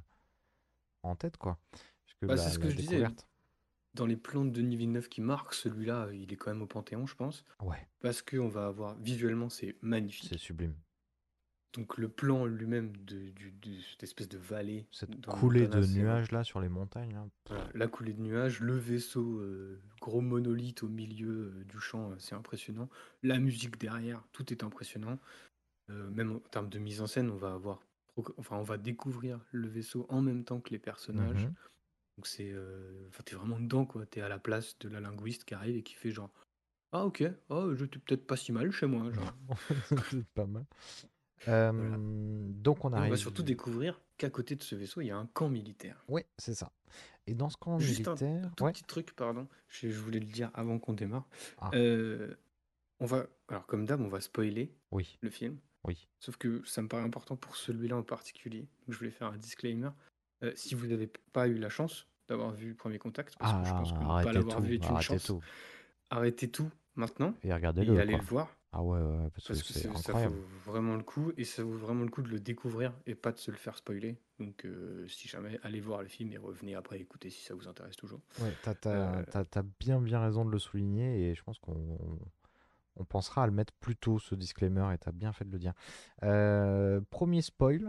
en tête, quoi. Parce que Bah, c'est ce que la je disais, découverte. dans les plans de Denis Villeneuve qui marquent, celui-là, il est quand même au Panthéon, je pense. Ouais, Parce qu'on va avoir, visuellement, c'est c'est magnifique. sublime. Donc le plan lui-même de cette espèce de vallée Cette dans le coulée Montana, de nuages là sur les montagnes, là. voilà, la coulée de nuages, le vaisseau, gros monolithe au milieu du champ, c'est impressionnant. La musique derrière, tout est impressionnant. Même en termes de mise en scène, on va découvrir le vaisseau en même temps que les personnages. Mhm. Donc t'es vraiment dedans quoi. T'es à la place de la linguiste qui arrive et qui fait genre ah ok, oh j'étais peut-être pas si mal chez moi, genre. C'est pas mal. Voilà. Donc on Et on va surtout arrive. découvrir qu'à côté de ce vaisseau, il y a un camp militaire. Oui, c'est ça. Et dans ce camp Juste un militaire, tout ouais. petit truc, pardon, je voulais le dire avant qu'on démarre. Ah, Euh, alors comme d'hab, on va spoiler oui, le film, oui. sauf que ça me paraît important pour celui-là en particulier. Donc je voulais faire un disclaimer. Si vous n'avez pas eu la chance d'avoir vu Premier Contact, parce que je pense que Ah, ne pas l'avoir vu est une arrêtez chance, tout. arrêtez tout maintenant Et et regardez-le, allez quoi. le voir. Ah ouais, ouais, parce que Parce que c'est ça vaut incroyable. vraiment le coup, et ça vaut vraiment le coup de le découvrir et pas de se le faire spoiler. Donc si jamais, allez voir le film et revenez après écouter si ça vous intéresse toujours. Ouais, Euh, t'as bien raison de le souligner et je pense qu'on pensera à le mettre plus tôt, ce disclaimer, et t'as bien fait de le dire. Premier spoil,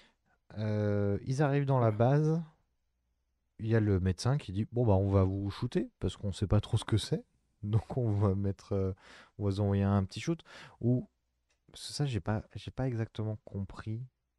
ils arrivent dans la voilà. base, il y a le médecin qui dit, bon bah on va vous shooter, parce qu'on sait pas trop ce que c'est, donc on va vous envoyer un petit shoot, ou, parce que ça j'ai pas exactement compris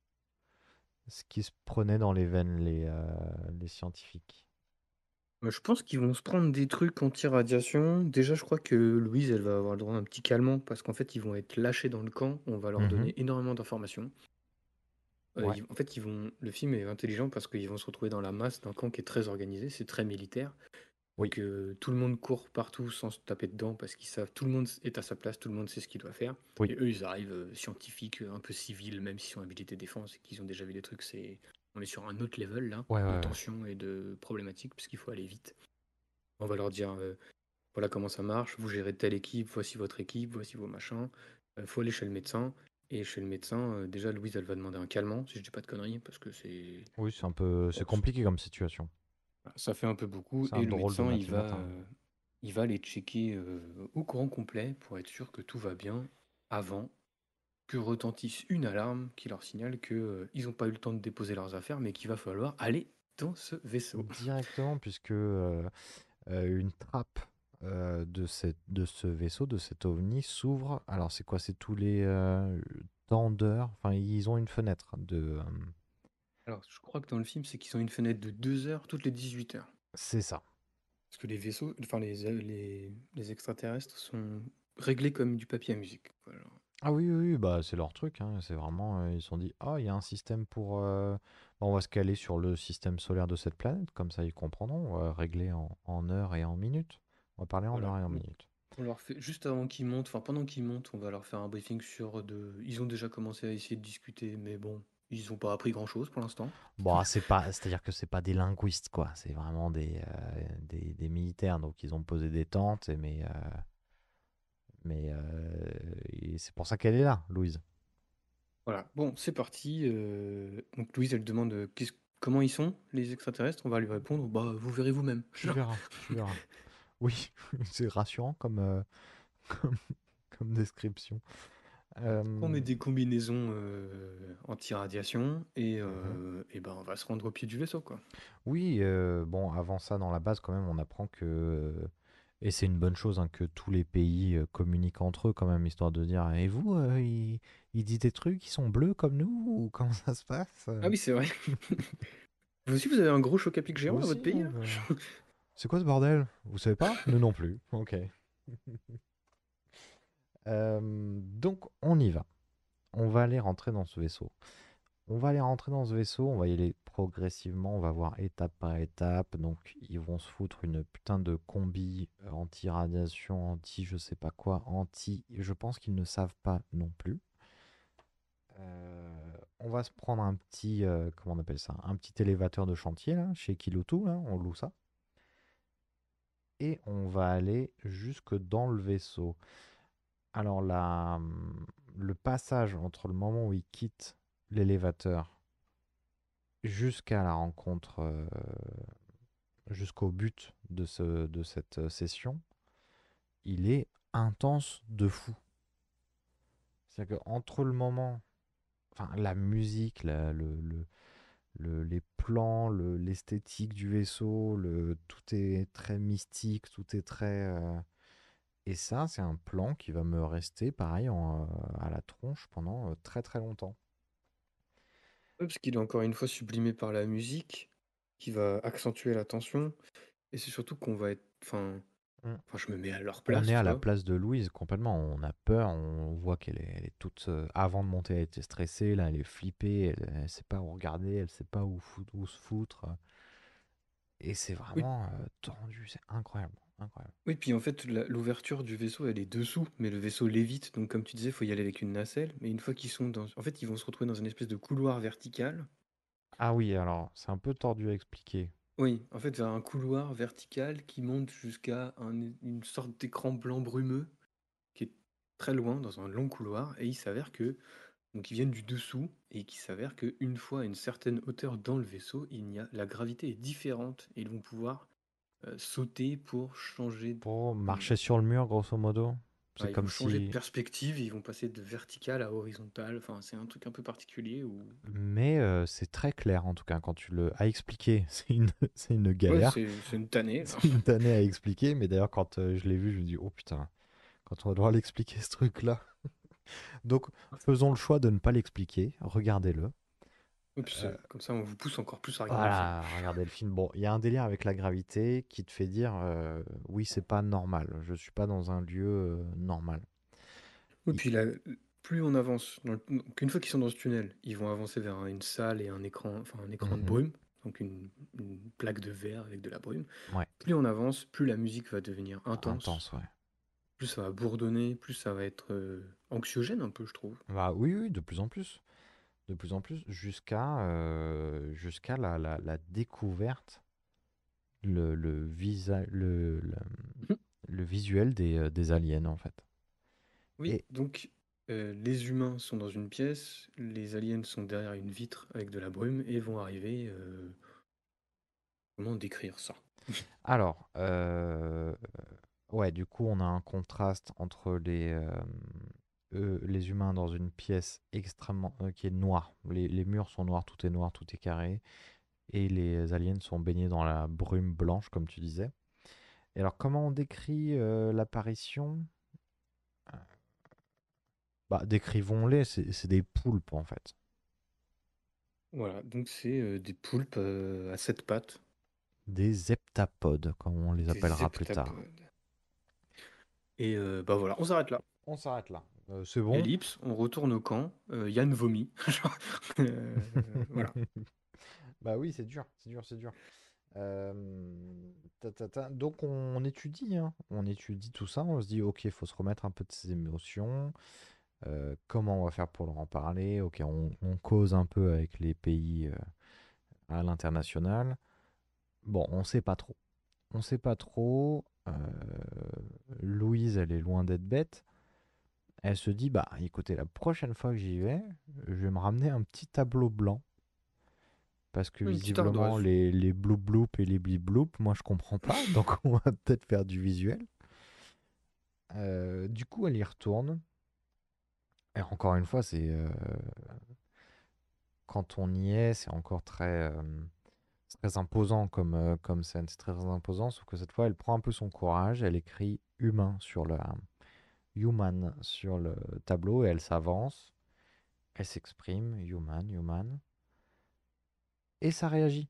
ce qui se prenait dans les veines, les scientifiques. Je pense qu'ils vont se prendre des trucs anti-radiation. Déjà, je crois que Louise, elle va avoir le droit à un petit calmant parce qu'en fait, ils vont être lâchés dans le camp. On va leur Mhm. donner énormément d'informations. Ouais, En fait, le film est intelligent parce qu'ils vont se retrouver dans la masse d'un camp qui est très organisé, c'est très militaire. oui, Donc tout le monde court partout sans se taper dedans parce qu'ils savent, tout le monde est à sa place, tout le monde sait ce qu'il doit faire. oui, Et eux, ils arrivent scientifiques, un peu civils, même s'ils sont habilités défense et qu'ils ont déjà vu des trucs. On est sur un autre level là, ouais, de ouais, ouais. tension et de problématique puisqu'il faut aller vite. On va leur dire voilà comment ça marche, vous gérez telle équipe, voici votre équipe, voici vos machins. Faut aller chez le médecin. Et chez le médecin, déjà Louise, elle va demander un calmant, si je dis pas de conneries, parce que Oui, c'est bon, compliqué comme situation. ça fait un peu beaucoup. C'est un Et le drôle de médecin, mardi matin. il va les checker au courant complet pour être sûr que tout va bien avant que retentisse une alarme qui leur signale que ils n'ont pas eu le temps de déposer leurs affaires, mais qu'il va falloir aller dans ce vaisseau. Directement, puisque une trappe de ce vaisseau, de cet ovni, s'ouvre. Alors, c'est quoi? C'est tous les temps d'heure. Enfin, ils ont une fenêtre de. Alors, je crois que dans le film, c'est qu'ils ont une fenêtre de 2 heures toutes les 18 heures. C'est ça. Parce que les vaisseaux, enfin les extraterrestres sont réglés comme du papier à musique. Voilà. Ah oui, oui, oui, bah, c'est leur truc. Hein. C'est vraiment. Ils se sont dit, ah, il y a un système pour. Bah, on va se caler sur le système solaire de cette planète. Comme ça, ils comprendront. On va régler en heures et en minutes. On va parler en Voilà. heures et en minutes. On leur fait juste avant qu'ils montent, enfin pendant qu'ils montent, on va leur faire un briefing sur de. Ils ont déjà commencé à essayer de discuter, mais bon, ils n'ont pas appris grand-chose pour l'instant. Bon, c'est-à-dire que c'est pas des linguistes, quoi. C'est vraiment des militaires. Donc, ils ont posé des tentes, mais et c'est pour ça qu'elle est là, Louise. Voilà. Bon, c'est parti. Donc Louise, elle demande comment ils sont les extraterrestres. On va lui répondre, bah vous verrez vous-même. Tu verras, tu verras. Oui, c'est rassurant comme, comme description. On met des combinaisons anti-radiation et ben on va se rendre au pied du vaisseau, quoi. Oui, bon, avant ça, dans la base, quand même, on apprend que, et c'est une bonne chose, hein, que tous les pays communiquent entre eux, quand même, histoire de dire, et vous, ils disent des trucs qui sont bleus comme nous, ou comment ça se passe? Ah oui, c'est vrai. Vous aussi, vous avez un gros choc à pic géant Vous à votre aussi, pays, là c'est quoi ce bordel? Vous savez pas? Nous non plus. Ok. Donc, on y va. On va aller rentrer dans ce vaisseau. On va aller rentrer dans ce vaisseau, on va y aller progressivement, on va voir étape par étape. Donc, ils vont se foutre une putain de combi anti-radiation, anti je sais pas quoi, anti. Je pense qu'ils ne savent pas non plus. On va se prendre un petit, comment on appelle ça? Un petit élévateur de chantier, là, chez Kilotou, là, on loue ça. Et on va aller jusque dans le vaisseau. Alors, le passage entre le moment où ils quittent l'élévateur jusqu'à la rencontre, jusqu'au but de cette session, il est intense de fou. C'est-à-dire qu'entre le moment, enfin la musique, les plans, l'esthétique du vaisseau, tout est très mystique, tout est très... Et ça, c'est un plan qui va me rester pareil à la tronche pendant très très longtemps. Ouais, parce qu'il est encore une fois sublimé par la musique, qui va accentuer la tension. Et c'est surtout qu'on va être. Mm. Enfin, je me mets à leur On place, est à tu la vois. place de Louise complètement. On a peur, on voit elle est toute. Avant de monter, elle était stressée, là, elle est flippée, elle sait pas où regarder, elle sait pas où se foutre. Et c'est Oui, vraiment tendu, c'est incroyable, incroyable. oui, puis en fait, l'ouverture du vaisseau, elle est dessous, mais le vaisseau lévite. Donc, comme tu disais, il faut y aller avec une nacelle. Mais une fois qu'ils sont dans. En fait, ils vont se retrouver dans une espèce de couloir vertical. Ah oui, alors c'est un peu tordu à expliquer. Oui, en fait, vers un couloir vertical qui monte jusqu'à une sorte d'écran blanc brumeux qui est très loin dans un long couloir. Et il s'avère que donc ils viennent du dessous et qu'il s'avère qu'une fois à une certaine hauteur dans le vaisseau, la gravité est différente et ils vont pouvoir sauter pour changer Pour de, marcher sur le mur, grosso modo, c'est ils vont comme changer de si. perspective, ils vont passer de vertical à horizontal. Enfin, c'est un truc un peu particulier où Mais c'est très clair en tout cas quand tu le. À expliquer, c'est une ouais, galère. c'est une tannée. C'est une tannée à expliquer, mais d'ailleurs quand je l'ai vu, je me dis, oh putain, quand on va devoir l'expliquer ce truc-là. Donc faisons le choix de ne pas l'expliquer, regardez-le. Et puis comme ça, on vous pousse encore plus à regarder le film. Voilà, regardez le film. Bon, il y a un délire avec la gravité qui te fait dire oui, c'est pas normal. Je suis pas dans un lieu normal. Et puis là, plus on avance, donc une fois qu'ils sont dans ce tunnel, ils vont avancer vers une salle et un écran, enfin un écran de Mhm. brume, donc une plaque de verre avec de la brume. Ouais, Plus on avance, plus la musique va devenir intense, intense, ouais. plus ça va bourdonner, plus ça va être anxiogène un peu, je trouve. Bah oui, oui, de plus en plus. De plus en plus, jusqu'à la découverte, le visuel des aliens, en fait. Oui, Et donc les humains sont dans une pièce, les aliens sont derrière une vitre avec de la brume et vont arriver. Comment décrire ça? alors, ouais, du coup, on a un contraste entre les humains dans une pièce extrêmement qui est noire. Les murs sont noirs, tout est carré. et les aliens sont baignés dans la brume blanche, comme tu disais. Et alors, comment on décrit l'apparition? Bah, décrivons-les, c'est des poulpes en fait. Voilà, donc c'est des poulpes à 7 pattes, Des heptapodes, comme on les des appellera plus tard. heptapodes. Et bah voilà, on s'arrête là. On s'arrête là. C'est bon? Ellipse, on retourne au camp. Yann vomit. Genre, voilà. Bah oui, c'est dur, c'est dur, c'est dur. Euh, Donc on étudie, hein. On étudie tout ça, on se dit ok, il faut se remettre un peu de ses émotions, comment on va faire pour leur en parler, ok, on cause un peu avec les pays à l'international. Bon, on sait pas trop. On sait pas trop. Louise, elle est loin d'être bête. Elle se dit, bah écoutez, la prochaine fois que j'y vais, je vais me ramener un petit tableau blanc. Parce que Une petite visiblement, ardoise. les bloop bloop et les blip bloop, moi je comprends pas. Donc on va peut-être faire du visuel. Du coup, elle y retourne. Et encore une fois, quand on y est, c'est encore très imposant comme scène. C'est très imposant, sauf que cette fois, elle prend un peu son courage. Elle écrit human sur le tableau et elle s'avance. Elle s'exprime, human, human. Et ça réagit.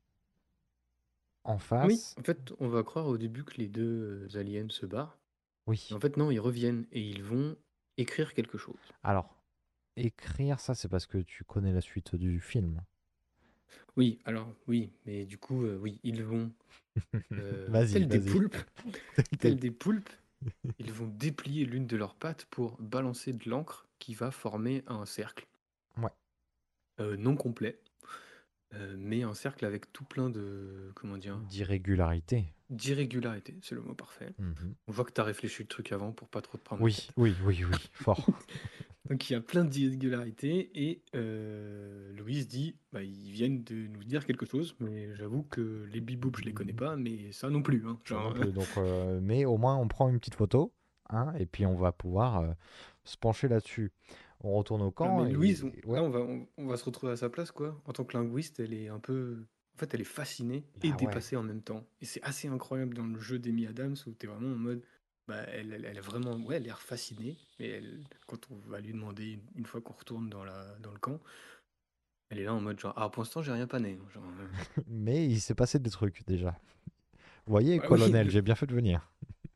En Oui, face, en fait, on va croire au début que les deux aliens se barrent. Mais oui. en fait, non, ils reviennent et ils vont écrire quelque chose. Alors, écrire, ça, c'est parce que tu connais la suite du film. Oui, alors, oui, mais du coup, oui, ils vont, Vas-y, tels des vas-y. poulpes, tels des poulpes, ils vont déplier l'une de leurs pattes pour balancer de l'encre qui va former un cercle. Ouais. Non complet, mais un cercle avec tout plein de, comment dire, D'irrégularité. d'irrégularités, c'est le mot parfait. Mhm. On voit que tu as réfléchi le truc avant pour pas trop te prendre la Oui, tête. oui, oui, oui, fort. Donc il y a plein d'irrégularités et Louise dit, bah, ils viennent de nous dire quelque chose, mais j'avoue que les biboups, je les connais pas, mais ça non plus, hein. Ça Genre, non plus. Donc, mais au moins, on prend une petite photo, hein, et puis on va pouvoir se pencher là-dessus. On retourne au non, camp mais Louise, et ouais. là on va se retrouver à sa place, quoi. En tant que linguiste, elle est un peu, en fait, elle est fascinée et Bah ouais. dépassée en même temps. Et c'est assez incroyable dans le jeu d'Amy Adams où t'es vraiment en mode, bah, elle est vraiment, ouais, elle a l'air fascinée, mais quand on va lui demander une fois qu'on retourne dans le camp, elle est là en mode genre, ah, pour l'instant, j'ai rien pané, hein. Genre, Mais il s'est passé des trucs déjà. Vous voyez, bah oui, colonel, j'ai bien fait de venir.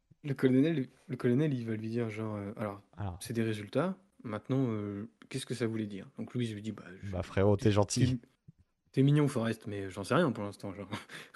le colonel, il va lui dire genre, alors, Alors, c'est des résultats. Maintenant, qu'est-ce que ça voulait dire? Donc Louise lui dit, bah, bah frérot, t'es gentil. t'es mignon, Forrest, mais j'en sais rien pour l'instant, genre.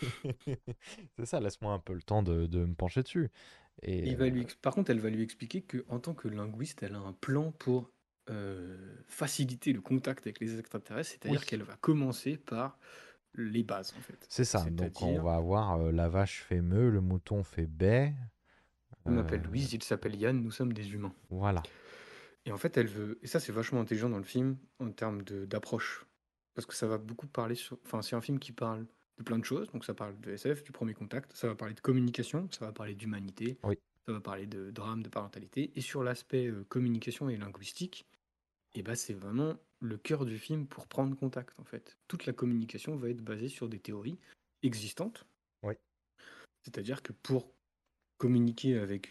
C'est ça, laisse-moi un peu le temps de me pencher dessus. Et Par contre, elle va lui expliquer que en tant que linguiste, elle a un plan pour faciliter le contact avec les extraterrestres, oui, c'est-à-dire qu'elle va commencer par les bases, en fait. c'est ça. Donc on C'est-à-dire, va avoir la vache fait meu, le mouton fait bai. je euh, m'appelle Louise, il s'appelle Yann, nous sommes des humains. voilà. Et en fait, elle veut, et ça c'est vachement intelligent dans le film en termes d'approche, parce que ça va beaucoup parler sur, enfin c'est un film qui parle de plein de choses, donc ça parle de SF, du premier contact, ça va parler de communication, ça va parler d'humanité, Oui, ça va parler de drame, de parentalité, et sur l'aspect communication et linguistique, et bah c'est vraiment le cœur du film pour prendre contact en fait. Toute la communication va être basée sur des théories existantes, oui. c'est-à-dire que pour communiquer avec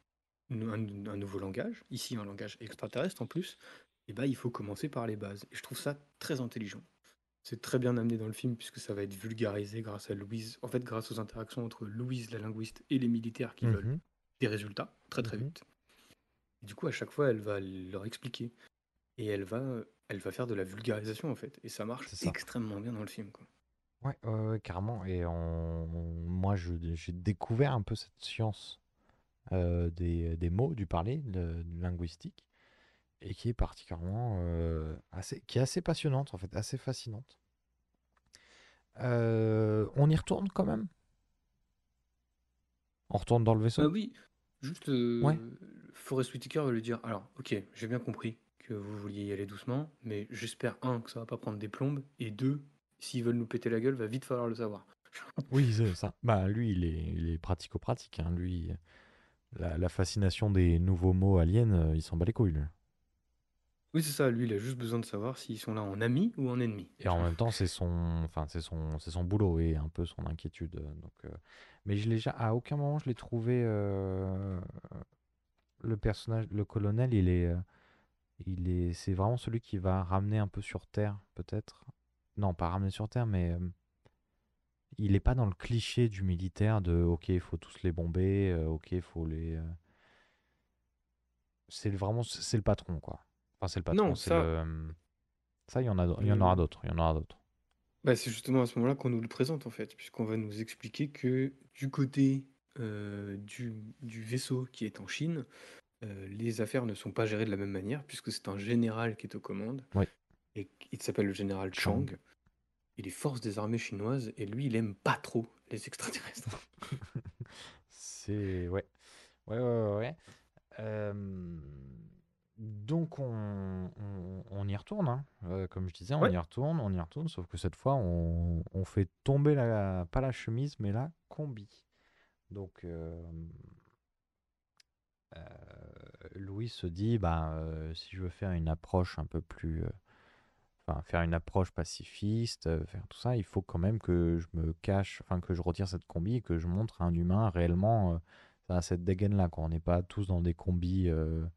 un nouveau langage, ici un langage extraterrestre en plus, et bah, il faut commencer par les bases. Et je trouve ça très intelligent. C'est très bien amené dans le film puisque ça va être vulgarisé grâce à Louise, en fait grâce aux interactions entre Louise la linguiste et les militaires qui veulent Mhm, des résultats très très mhm. vite. Et du coup, à chaque fois, elle va leur expliquer et elle va faire de la vulgarisation en fait. Et ça marche C'est ça. extrêmement bien dans le film, quoi. Ouais, ouais, ouais, carrément. Et moi, j'ai découvert un peu cette science des mots, du parler, du linguistique, et qui est particulièrement qui est assez passionnante, en fait, assez fascinante. On y retourne quand même? On retourne dans le Ah vaisseau? oui, juste Ouais. Forest Whitaker va lui dire, alors ok, j'ai bien compris que vous vouliez y aller doucement, mais j'espère, un, que ça va pas prendre des plombes, et deux, s'ils veulent nous péter la gueule, va vite falloir le savoir. Oui, c'est ça. Bah, lui, il est pratico-pratique, hein. Lui, la fascination des nouveaux mots aliens, il s'en bat les couilles, lui. Oui, c'est ça, lui, il a juste besoin de savoir s'ils sont là en ami ou en ennemi. Et en même temps, c'est son boulot et un peu son inquiétude. Mais à aucun moment je l'ai trouvé. Le personnage, le colonel, c'est vraiment celui qui va ramener un peu sur Terre, peut-être. Non, pas ramener sur Terre, mais il n'est pas dans le cliché du militaire de OK, il faut tous les bomber, OK, il faut les. C'est le patron, quoi. Enfin, c'est le patron, Non, c'est le. ça, Ça, il y en aura le... d'autres, il y en aura d'autres. bah, c'est justement à ce moment-là qu'on nous le présente, en fait, puisqu'on va nous expliquer que du côté du vaisseau qui est en Chine, les affaires ne sont pas gérées de la même manière, puisque c'est un général qui est aux commandes, Oui, et il s'appelle le général Chang. Chang. Il est force des armées chinoises, et lui, il aime pas trop les extraterrestres. C'est. Ouais. Ouais, ouais, ouais, ouais. Euh, Donc on y retourne, hein. Comme je disais, Ouais, on y retourne, sauf que cette fois on fait tomber pas la chemise, mais la combi. Donc euh, Louis se dit, bah, si je veux faire une approche un peu plus, enfin faire une approche pacifiste, faire tout ça, il faut quand même que je me cache, enfin que je retire cette combi et que je montre à un humain réellement ça a cette dégaine-là, quoi. On n'est pas tous dans des combis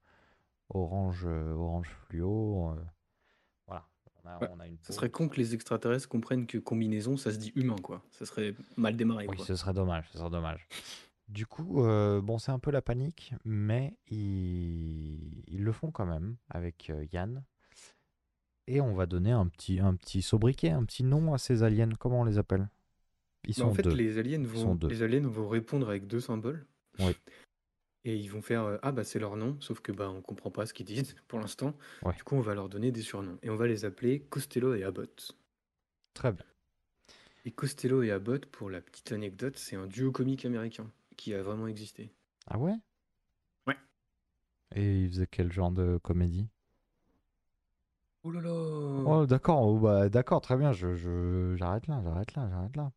orange fluo. Voilà, ouais. on a une Ça peau serait et tout con ça. que les extraterrestres comprennent que combinaison, ça se dit humain, quoi. Ça serait mal démarré, Oui, quoi. ce serait dommage, ce serait dommage. Du coup, bon, c'est un peu la panique, mais ils le font quand même avec Yann. Et on va donner un petit sobriquet, un petit nom à ces aliens. Comment on les appelle? Ils Bah, en sont fait, deux. Ils sont deux. les aliens vont répondre avec deux symboles. Oui, Et ils vont faire ah bah c'est leur nom, sauf que bah on comprend pas ce qu'ils disent pour l'instant. oui. Du coup, on va leur donner des surnoms et on va les appeler Costello et Abbott. Très bien. Et Costello et Abbott, pour la petite anecdote, c'est un duo comique américain qui a vraiment existé. Ah ouais? Ouais. Et ils faisaient quel genre de comédie? Oh là là. Oh, d'accord, oh, bah, d'accord, très bien. J'arrête là, j'arrête là, j'arrête là.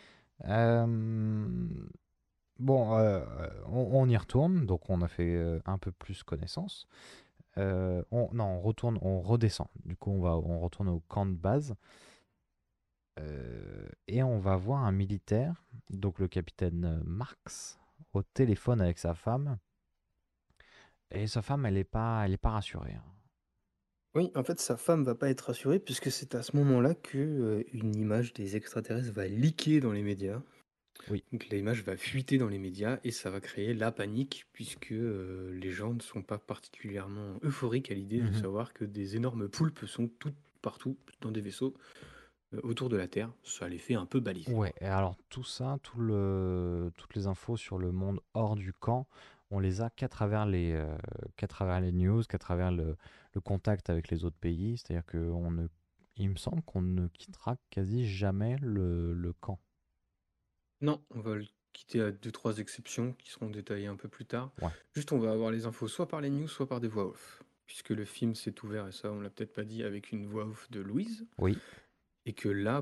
Euh, Bon, on y retourne, donc on a fait un peu plus connaissance. Non, on retourne, on redescend. Du coup, on retourne au camp de base et on va voir un militaire, donc le capitaine Marx, au téléphone avec sa femme. Et sa femme, elle est pas rassurée, hein. Oui, en fait, sa femme va pas être rassurée puisque c'est à ce moment-là que une image des extraterrestres va leaker dans les médias. Oui. Donc l'image va fuiter dans les médias et ça va créer la panique puisque les gens ne sont pas particulièrement euphoriques à l'idée de Mhm. savoir que des énormes poulpes sont toutes partout dans des vaisseaux autour de la Terre. Ça les fait un peu baliser, Ouais, quoi. et alors tout ça, toutes les infos sur le monde hors du camp, on les a qu'à travers les news, qu'à travers le contact avec les autres pays. C'est-à-dire il me semble qu'on ne quittera quasi jamais le camp. Non, on va le quitter à deux, trois exceptions qui seront détaillées un peu plus tard. Ouais, Juste, on va avoir les infos soit par les news, soit par des voix off. Puisque le film s'est ouvert, et ça on l'a peut-être pas dit, avec une voix off de Louise. oui, Et que là,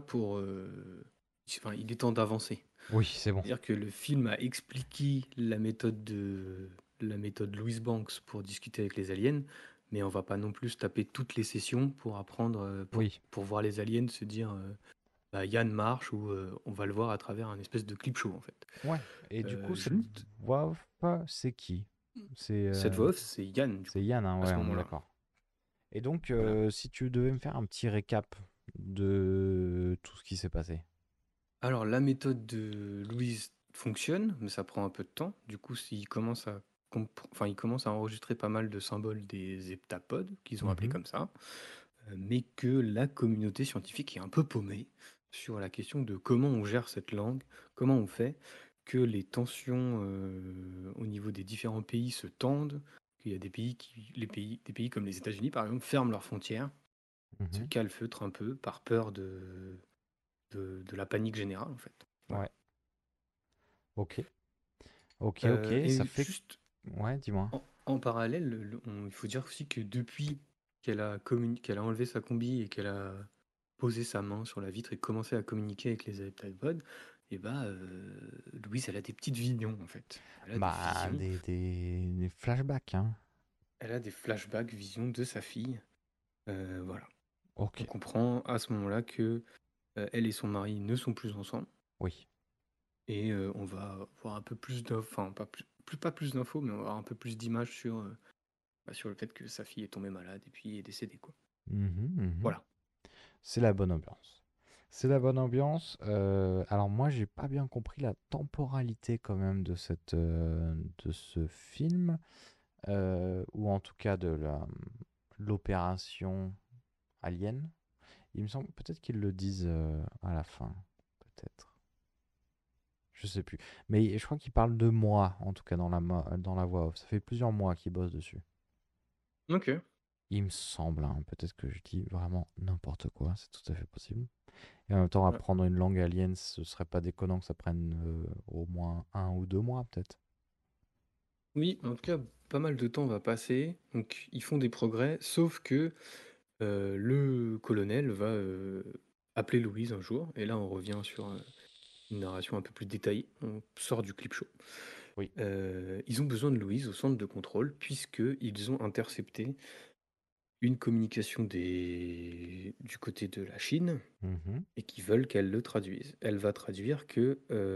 enfin, il est temps d'avancer. oui, c'est bon. C'est-à-dire que le film a expliqué la méthode Louis Banks pour discuter avec les aliens, mais on va pas non plus se taper toutes les sessions pour apprendre, Oui, pour voir les aliens se dire bah, Yann marche ou on va le voir à travers un espèce de clip show en fait. ouais. Et du coup, cette Juste, voix off, c'est qui? C'est cette voix off, c'est Yann du c'est coup, Yann, hein, à ouais, ce on est moment-là. d'accord. Et donc, Voilà. si tu devais me faire un petit récap de tout ce qui s'est passé. Alors la méthode de Louise fonctionne, mais ça prend un peu de temps. Du coup, s'il commence à enfin, il commence à enregistrer pas mal de symboles des heptapodes, qu'ils ont appelés Mhm. comme ça, mais que la communauté scientifique est un peu paumée sur la question de comment on gère cette langue, comment on fait que les tensions au niveau des différents pays se tendent, qu'il y a des pays comme les États-Unis par exemple ferment leurs frontières, se Mhm. calfeutrent un peu par peur de la panique générale en fait. Voilà. Ouais, ok. Ok, ok, ça Et fait. juste Ouais, dis-moi. en parallèle, il faut dire aussi que depuis qu'elle a enlevé sa combi et qu'elle a posé sa main sur la vitre et commencé à communiquer avec les iPods, et bah, Louise, elle a des petites visions en fait. Elle a des Bah, visions, des flashbacks, hein. elle a des flashbacks, visions de sa fille. Voilà. Ok, On comprend à ce moment-là que elle et son mari ne sont plus ensemble oui. et on va voir un peu plus d'infos, enfin pas plus d'infos, mais on va avoir un peu plus d'images sur le fait que sa fille est tombée malade et puis est décédée, quoi. Mhm, mhm. Voilà. C'est la bonne ambiance. C'est la bonne ambiance. Alors moi, j'ai pas bien compris la temporalité quand même de ce film, ou en tout cas de l'opération Alien. Il me semble peut-être qu'ils le disent à la fin, peut-être. Je sais plus. Mais je crois qu'ils parlent de mois, en tout cas dans la voix off. Ça fait plusieurs mois qu'ils bossent dessus. Ok. Il me semble, hein. Peut-être que je dis vraiment n'importe quoi, c'est tout à fait possible. Et en même temps, Ouais. apprendre une langue alien, ce serait pas déconnant que ça prenne au moins 1 ou 2 mois, peut-être. Oui, en tout cas, pas mal de temps va passer, donc ils font des progrès, sauf que le colonel va appeler Louise un jour, et là on revient sur une narration un peu plus détaillée, on sort du clip show. Oui. Ils ont besoin de Louise au centre de contrôle, puisqu'ils ont intercepté une communication du côté de la Chine, Mhm. et qui veulent qu'elle le traduise. Elle va traduire que...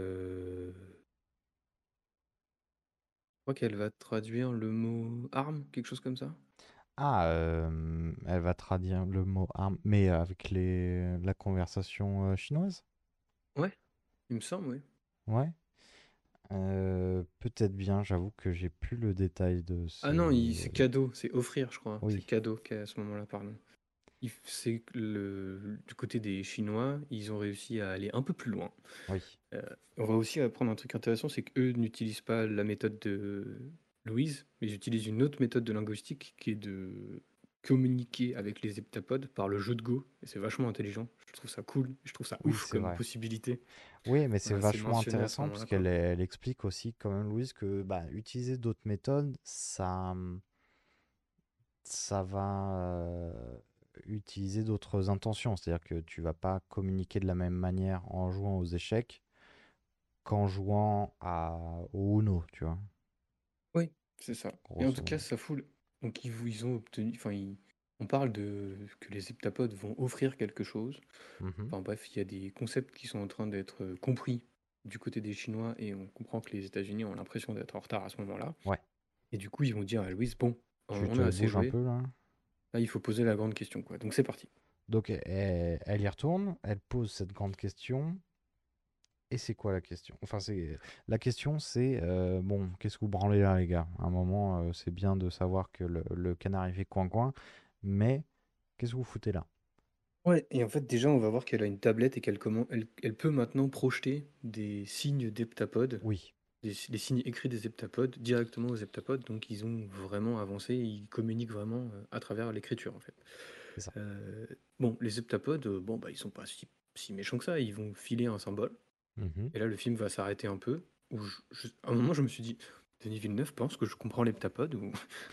je crois qu'elle va traduire le mot arme, quelque chose comme ça. Ah, elle va traduire le mot arme, mais avec la conversation chinoise? Ouais, il me semble, oui. Ouais. Peut-être bien, j'avoue que j'ai plus le détail de Ah ce... non, c'est cadeau, c'est offrir, je crois. C'est Oui, cadeau qu'à ce moment-là, pardon. C'est que du côté des Chinois, ils ont réussi à aller un peu plus loin. oui. Euh, on va aussi apprendre un truc intéressant, c'est qu'eux n'utilisent pas la méthode de Louise, mais ils utilisent une autre méthode de linguistique qui est de communiquer avec les heptapodes par le jeu de Go. Et c'est vachement intelligent. Je trouve ça cool, je trouve ça Oui, ouf c'est comme vrai. possibilité. Oui, mais c'est Voilà, c'est vachement mentionné à ce intéressant parce moment-là, quoi. qu'elle explique aussi quand même, Louise, que bah, utiliser d'autres méthodes, ça va utiliser d'autres intentions. C'est-à-dire que tu vas pas communiquer de la même manière en jouant aux échecs qu'en jouant au Uno, tu vois, Oui, c'est ça. Et en grosso tout cas, modo. ça fout. Donc ils ont obtenu. Enfin, on parle de que les heptapodes vont offrir quelque chose. Mhm. Enfin bref, il y a des concepts qui sont en train d'être compris du côté des Chinois et on comprend que les États-Unis ont l'impression d'être en retard à ce moment-là. Ouais. Et du coup, ils vont dire à Louise, bon, Tu on a te assez bouges un joué, peu là. là il faut poser la grande question, quoi. Donc c'est parti. Donc elle y retourne, elle pose cette grande question. Et c'est quoi la question? Enfin, la question, c'est bon, qu'est-ce que vous branlez là, les gars? À un moment, c'est bien de savoir que le canard il fait coin-coin, mais qu'est-ce que vous foutez là? Ouais, et en fait, déjà, on va voir qu'elle a une tablette et elle peut maintenant projeter des signes d'heptapodes, Oui, les signes écrits des heptapodes directement aux heptapodes. Donc ils ont vraiment avancé, ils communiquent vraiment à travers l'écriture, en fait. c'est ça. Bon, les heptapodes, bon, bah, ils sont pas si méchants que ça, ils vont filer un symbole. Mhm. Et là, le film va s'arrêter un peu. Où à un moment, je me suis dit, Denis Villeneuve pense que je comprends l'heptapode ou...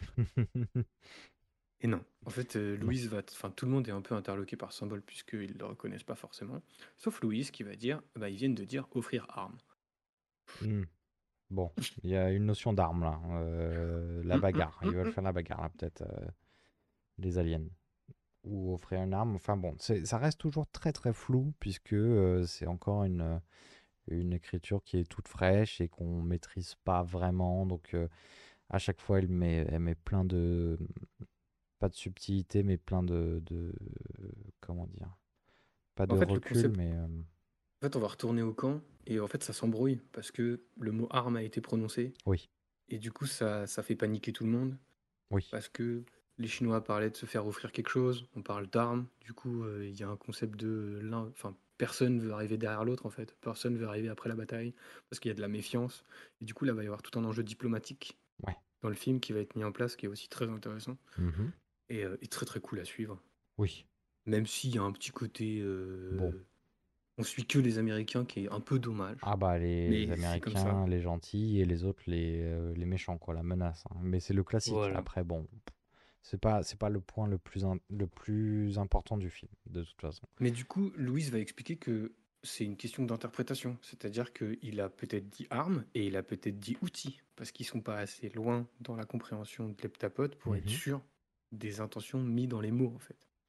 Et non. En fait, Non. Louise enfin, tout le monde est un peu interloqué par symbole puisqu'ils ne le reconnaissent pas forcément. Sauf Louise qui va dire, bah, ils viennent de dire offrir arme. Hmm. Bon, il y a une notion d'arme là. La bagarre. Ils veulent faire la bagarre là, peut-être, les aliens. Ou offrir une arme. Enfin bon, ça reste toujours très très flou, puisque c'est encore une écriture qui est toute fraîche et qu'on maîtrise pas vraiment. Donc à chaque fois, elle met plein de... Pas de subtilité, mais plein comment dire? Pas En de fait, le recul, concept, mais... en fait, on va retourner au camp et en fait, ça s'embrouille parce que le mot arme a été prononcé Oui, et du coup, ça fait paniquer tout le monde. oui. Parce que les Chinois parlaient de se faire offrir quelque chose, on parle d'armes, du coup il y a un concept de enfin personne veut arriver derrière l'autre en fait, personne veut arriver après la bataille, parce qu'il y a de la méfiance, et du coup là il va y avoir tout un enjeu diplomatique Ouais. dans le film qui va être mis en place, qui est aussi très intéressant, Mhm. et très très cool à suivre, Oui. même s'il y a un petit côté, Bon. on suit que les Américains qui est un peu dommage, Ah bah les mais c'est comme ça. Américains, les gentils, et les autres, les méchants, quoi, la menace, hein. Mais c'est le classique. Voilà. Après, bon, c'est pas le point le plus important du film, de toute façon. Mais du coup, Louise va expliquer que c'est une question d'interprétation. C'est-à-dire qu'il a peut-être dit arme et il a peut-être dit outil, parce qu'ils sont pas assez loin dans la compréhension de l'heptapode pour être Mhm. sûr des intentions mises dans les mots, en fait.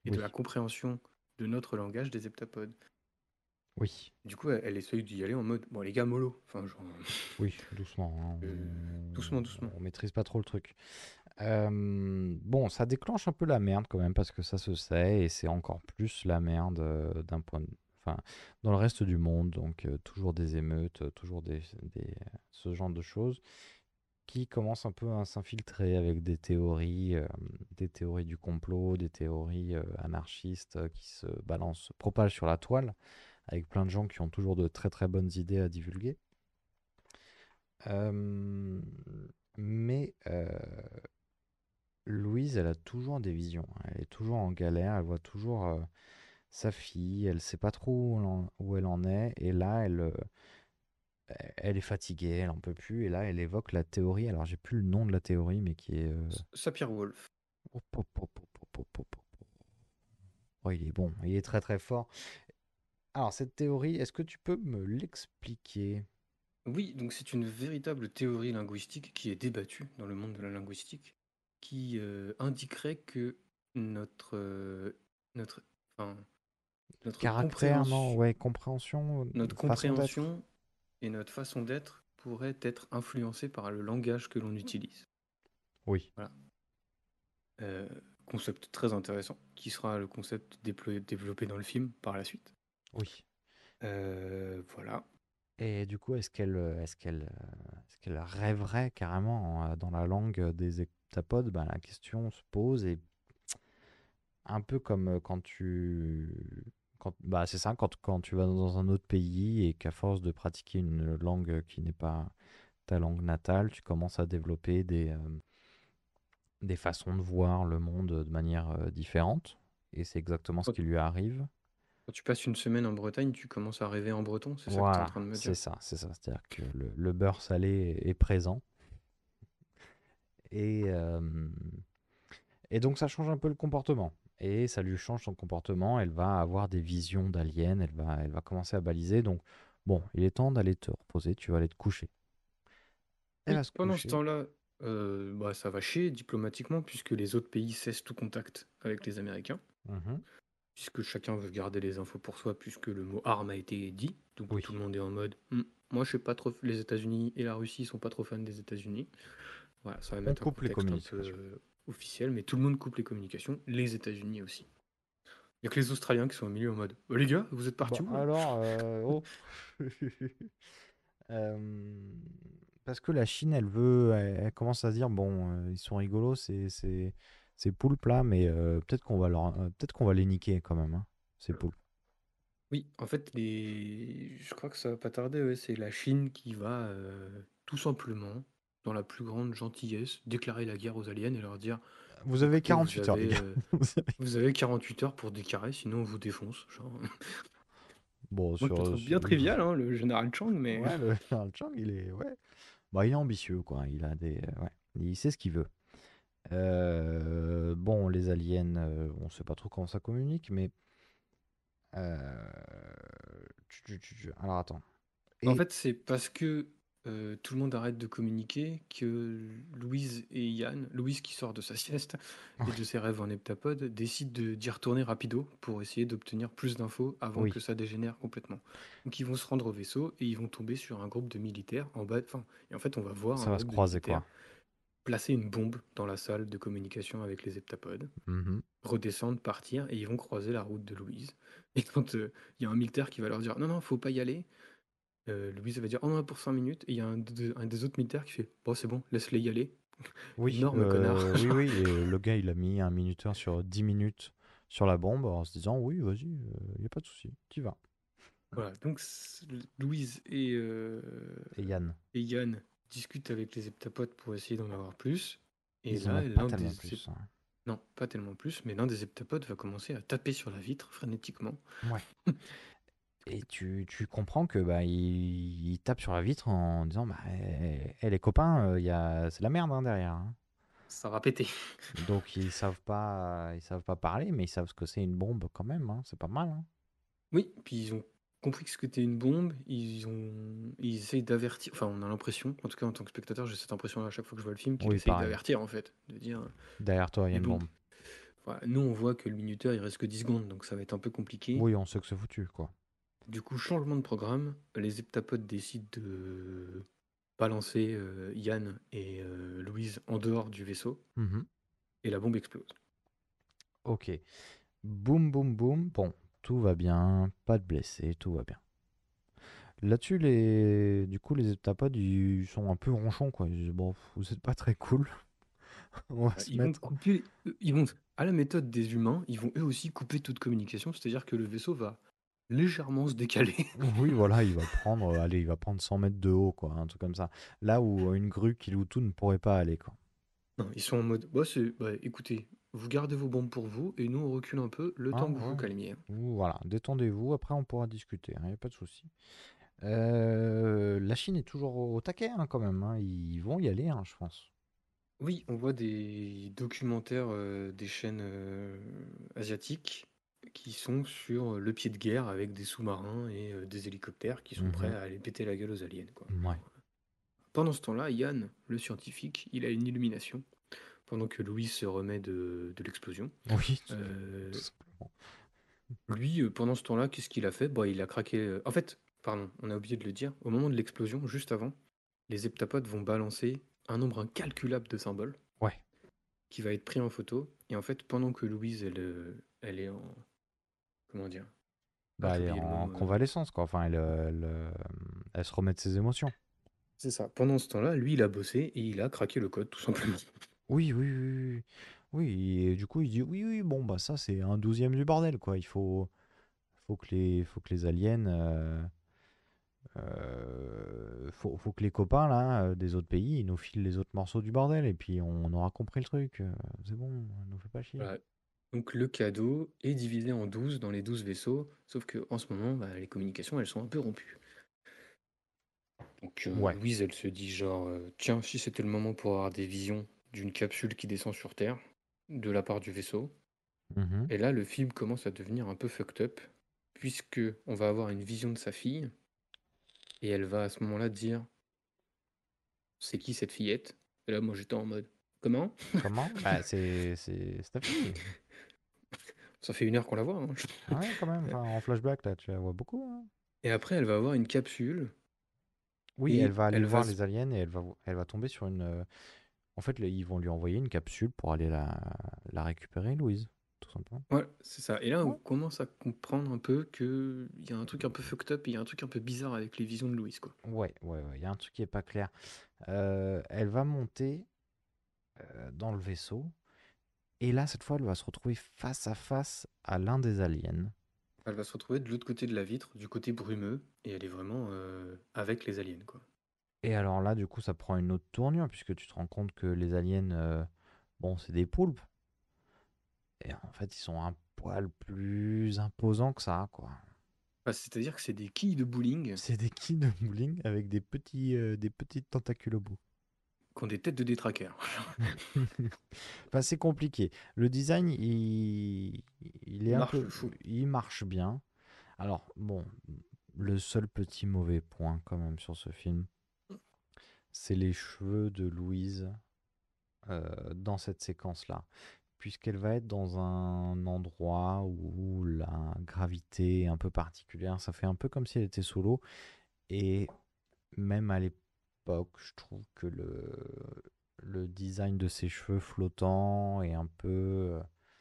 et de la Oui, compréhension de notre langage des heptapodes. oui, Du coup, elle essaye d'y aller en mode, bon les gars, mollo, enfin genre, oui, doucement, hein, doucement, doucement. on maîtrise pas trop le truc. Bon, ça déclenche un peu la merde quand même parce que ça se sait et c'est encore plus la merde d'un point de... Enfin, dans le reste du monde, donc toujours des émeutes, toujours ce genre de choses qui commencent un peu à s'infiltrer avec des théories du complot, des théories anarchistes qui se balancent, se propagent sur la toile avec plein de gens qui ont toujours de très très bonnes idées à divulguer. Euh, mais Louise, elle a toujours des visions. Elle est toujours en galère. Elle voit toujours sa fille. Elle sait pas trop où elle en est. Et là, elle est fatiguée. Elle en peut plus. Et là, elle évoque la théorie. Alors, j'ai plus le nom de la théorie, mais qui est. Sapir-Whorf. Hop, hop, hop, hop, hop, hop, hop, hop. Oh, il est bon. Il est très très fort. Alors, cette théorie, est-ce que tu peux me l'expliquer? Oui, donc c'est une véritable théorie linguistique qui est débattue dans le monde de la linguistique, qui indiquerait que notre, notre, enfin, notre Caractère, non? compréhension, Ouais, compréhension, notre façon d'être. compréhension et notre façon d'être pourraient être influencées par le langage que l'on utilise. Oui. Voilà. Euh, Concept très intéressant, qui sera le concept développé dans le film par la suite. Oui. Voilà. Et du coup, est-ce qu'elle rêverait carrément dans la langue des heptapodes? Ben, la question se pose et un peu comme bah, c'est ça, quand tu vas dans un autre pays et qu'à force de pratiquer une langue qui n'est pas ta langue natale, tu commences à développer des façons de voir le monde de manière différente. Et c'est exactement ce Quand, qui lui arrive. quand tu passes une semaine en Bretagne, tu commences à rêver en breton, c'est ça que tu es en Voilà, train de me c'est dire? ça, c'est ça. C'est-à-dire que le beurre salé est présent. Et, euh, et donc ça change un peu le comportement. Et ça lui change son comportement. Elle va avoir des visions d'aliens. Elle va commencer à baliser. Donc, bon, il est temps d'aller te reposer. Tu vas aller te coucher. Elle Oui, va se pendant ce coucher. temps-là, bah, ça va chier diplomatiquement puisque les autres pays cessent tout contact avec les Américains, Mhm. puisque chacun veut garder les infos pour soi, puisque le mot arme a été dit. Donc tout Oui. le monde est en mode, moi je sais pas trop, les États-Unis et la Russie sont pas trop fans des États-Unis. Voilà, ça va On mettre un coupe les contexte un peu communications. officiel, mais tout le monde coupe les communications, les États-Unis aussi. Il y a que les Australiens qui sont au milieu en mode, oh, les gars, vous êtes partis Bon, où là? alors, oh. Euh, Parce que la Chine, elle commence à se dire, bon, ils sont rigolos, ces poulpes là, mais peut-être qu'on va les niquer quand même, hein, ces poulpes. Oui, en fait, je crois que ça va pas tarder, ouais, c'est la Chine qui va tout simplement, dans la plus grande gentillesse, déclarer la guerre aux aliens et leur dire, Vous avez écoutez, 48 heures, les gars. vous avez 48 heures pour déclarer, sinon on vous défonce. Genre. Bon, Moi, peut-être bien trivial, hein, le général Chang, mais ouais, le Donald Trump, ouais. Bah, il est ambitieux, quoi. Ouais, il sait ce qu'il veut. Bon, les aliens, on sait pas trop comment ça communique, mais euh, alors attends. en Et fait, c'est parce que tout le monde arrête de communiquer que Louise et Yann, Louise qui sort de sa sieste et de ses rêves en heptapode, décident d'y retourner rapido pour essayer d'obtenir plus d'infos avant que oui, ça dégénère complètement. Donc ils vont se rendre au vaisseau et ils vont tomber sur un groupe de militaires en bas. Enfin, et en fait, on va voir un ça va se groupe de croiser, militaires quoi. placer une bombe dans la salle de communication avec les heptapodes, Mhm. redescendre, partir, et ils vont croiser la route de Louise. Et quand il y a un militaire qui va leur dire non, non, faut pas y aller, Louise va dire oh non, pour 5 minutes, et il y a un des autres militaires qui fait bon, c'est bon, laisse-les y aller. Oui, Énorme connard. oui, oui. Et le gars, il a mis un minuteur sur 10 minutes sur la bombe en se disant oui, vas-y, il n'y a pas de souci, tu vas. Voilà, donc Louise Et Yann, et Yann discutent avec les heptapodes pour essayer d'en avoir plus. Et ils en là, ont pas tellement plus, hein. Non, pas tellement plus, mais l'un des heptapodes va commencer à taper sur la vitre frénétiquement. Ouais. Et tu comprends que bah il tape sur la vitre en disant bah les copains, c'est la merde hein, derrière, hein. Ça va péter. Donc ils savent pas parler, mais ils savent ce que c'est une bombe quand même, hein. C'est pas mal, hein. Oui, puis ils ont compris que c'était une bombe, ils essayent d'avertir, enfin on a l'impression, en tout cas en tant que spectateur, j'ai cette impression à chaque fois que je vois le film, qu'il Oui, essaye pareil. d'avertir en fait, de dire Derrière toi, il y a mais une bon, bombe. Enfin, nous, on voit que le minuteur, il reste que 10 secondes, donc ça va être un peu compliqué. Oui, on sait que c'est foutu, quoi. Du coup, changement de programme, les heptapodes décident de balancer Yann et Louise en dehors du vaisseau, Mhm. et la bombe explose. Ok. Boum, boum, boum. Bon, tout va bien. Pas de blessés, tout va bien. Là-dessus, du coup, les heptapodes, ils sont un peu ronchons, quoi. Ils disent, bon, vous êtes pas très cool. On va se Ils vont mettre. couper, ils vont, à la méthode des humains, ils vont eux aussi couper toute communication, c'est-à-dire que le vaisseau va légèrement se décaler. Oui, voilà, allez, il va prendre 100 mètres de haut, quoi, un truc comme ça. Là où une grue qui loue tout ne pourrait pas aller, quoi. Non, ils sont en mode, écoutez, vous gardez vos bombes pour vous, et nous on recule un peu le Hein, temps que vous ouais. vous calmiez. Voilà, détendez-vous, après on pourra discuter, il n'y a pas de souci. La Chine est toujours au taquet, hein, quand même, hein. Ils vont y aller, hein, je pense. Oui, on voit des documentaires des chaînes asiatiques qui sont sur le pied de guerre avec des sous-marins et des hélicoptères qui sont prêts Mhm. à aller péter la gueule aux aliens, quoi. Ouais. Pendant ce temps-là, Yann, le scientifique, il a une illumination pendant que Louis se remet de l'explosion. Oui, Euh, tout simplement. Lui, pendant ce temps-là, qu'est-ce qu'il a fait? Bah, il a craqué. En fait, pardon, on a oublié de le dire. Au moment de l'explosion, juste avant, les heptapodes vont balancer un nombre incalculable de symboles Ouais. qui va être pris en photo. Et en fait, pendant que Louise, elle est en. Comment dire? Ah, Bah, j'ai elle est oublié le en mot. convalescence, quoi. Enfin, elle se remet de ses émotions. C'est ça. Pendant ce temps-là, lui, il a bossé et il a craqué le code, tout simplement. Oui, oui, oui, oui. Oui, et du coup, il dit, oui, oui, bon, bah ça, c'est un 12e du bordel, quoi. Faut que les aliens... faut que les copains, là, des autres pays, ils nous filent les autres morceaux du bordel, et puis on aura compris le truc. C'est bon, nous fait pas chier. Voilà. Donc le cadeau est divisé en 12 dans les 12 vaisseaux, sauf que en ce moment, bah, les communications, elles sont un peu rompues. Donc Ouais. Louise, elle se dit genre, tiens, si c'était le moment pour avoir des visions d'une capsule qui descend sur Terre, de la part du vaisseau. Mhm. Et là, le film commence à devenir un peu fucked up, puisque on va avoir une vision de sa fille, et elle va à ce moment-là dire, c'est qui cette fillette? Et là, moi, j'étais en mode, comment? Comment? Bah, c'est ta fille. Ça fait 1 heure qu'on la voit, hein. Ah ouais, quand même. Enfin, en flashback, là, tu la vois beaucoup, hein. Et après, elle va avoir une capsule, Oui, elle et va aller elle va voir se les aliens et elle va tomber sur une. En fait, ils vont lui envoyer une capsule pour aller la récupérer, Louise, tout simplement. Ouais, c'est ça. Et là, on Ouais. commence à comprendre un peu que il y a un truc un peu fucked up et il y a un truc un peu bizarre avec les visions de Louise, quoi. Ouais, ouais, ouais. Il y a un truc qui est pas clair. Elle va monter dans le vaisseau. Et là, cette fois, elle va se retrouver face à face à l'un des aliens. Elle va se retrouver de l'autre côté de la vitre, du côté brumeux, et elle est vraiment avec les aliens, quoi. Et alors là, du coup, ça prend une autre tournure, puisque tu te rends compte que les aliens, bon, c'est des poulpes. Et en fait, ils sont un poil plus imposants que ça, quoi. Bah, c'est-à-dire que c'est des quilles de bowling C'est des quilles de bowling avec des petites tentacules au bout. qui ont des têtes de détraqueurs. Enfin, c'est compliqué. Le design, il est un Marche peu, le fou. il marche bien. Alors, bon, le seul petit mauvais point quand même sur ce film, c'est les cheveux de Louise dans cette séquence-là. Puisqu'elle va être dans un endroit où la gravité est un peu particulière. Ça fait un peu comme si elle était sous l'eau. Et même à l'époque, je trouve que le design de ses cheveux flottants est un peu...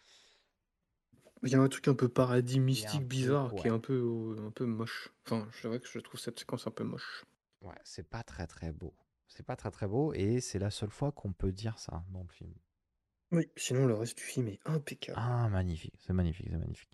Il y a un truc un peu paradis il y a un mystique peu... bizarre qui est Ouais, un peu moche. Enfin, c'est vrai que je trouve cette séquence un peu moche. ouais, c'est pas très très beau. C'est pas très très beau et c'est la seule fois qu'on peut dire ça dans le film. Oui, sinon le reste du film est impeccable. Ah, magnifique, c'est magnifique, c'est magnifique.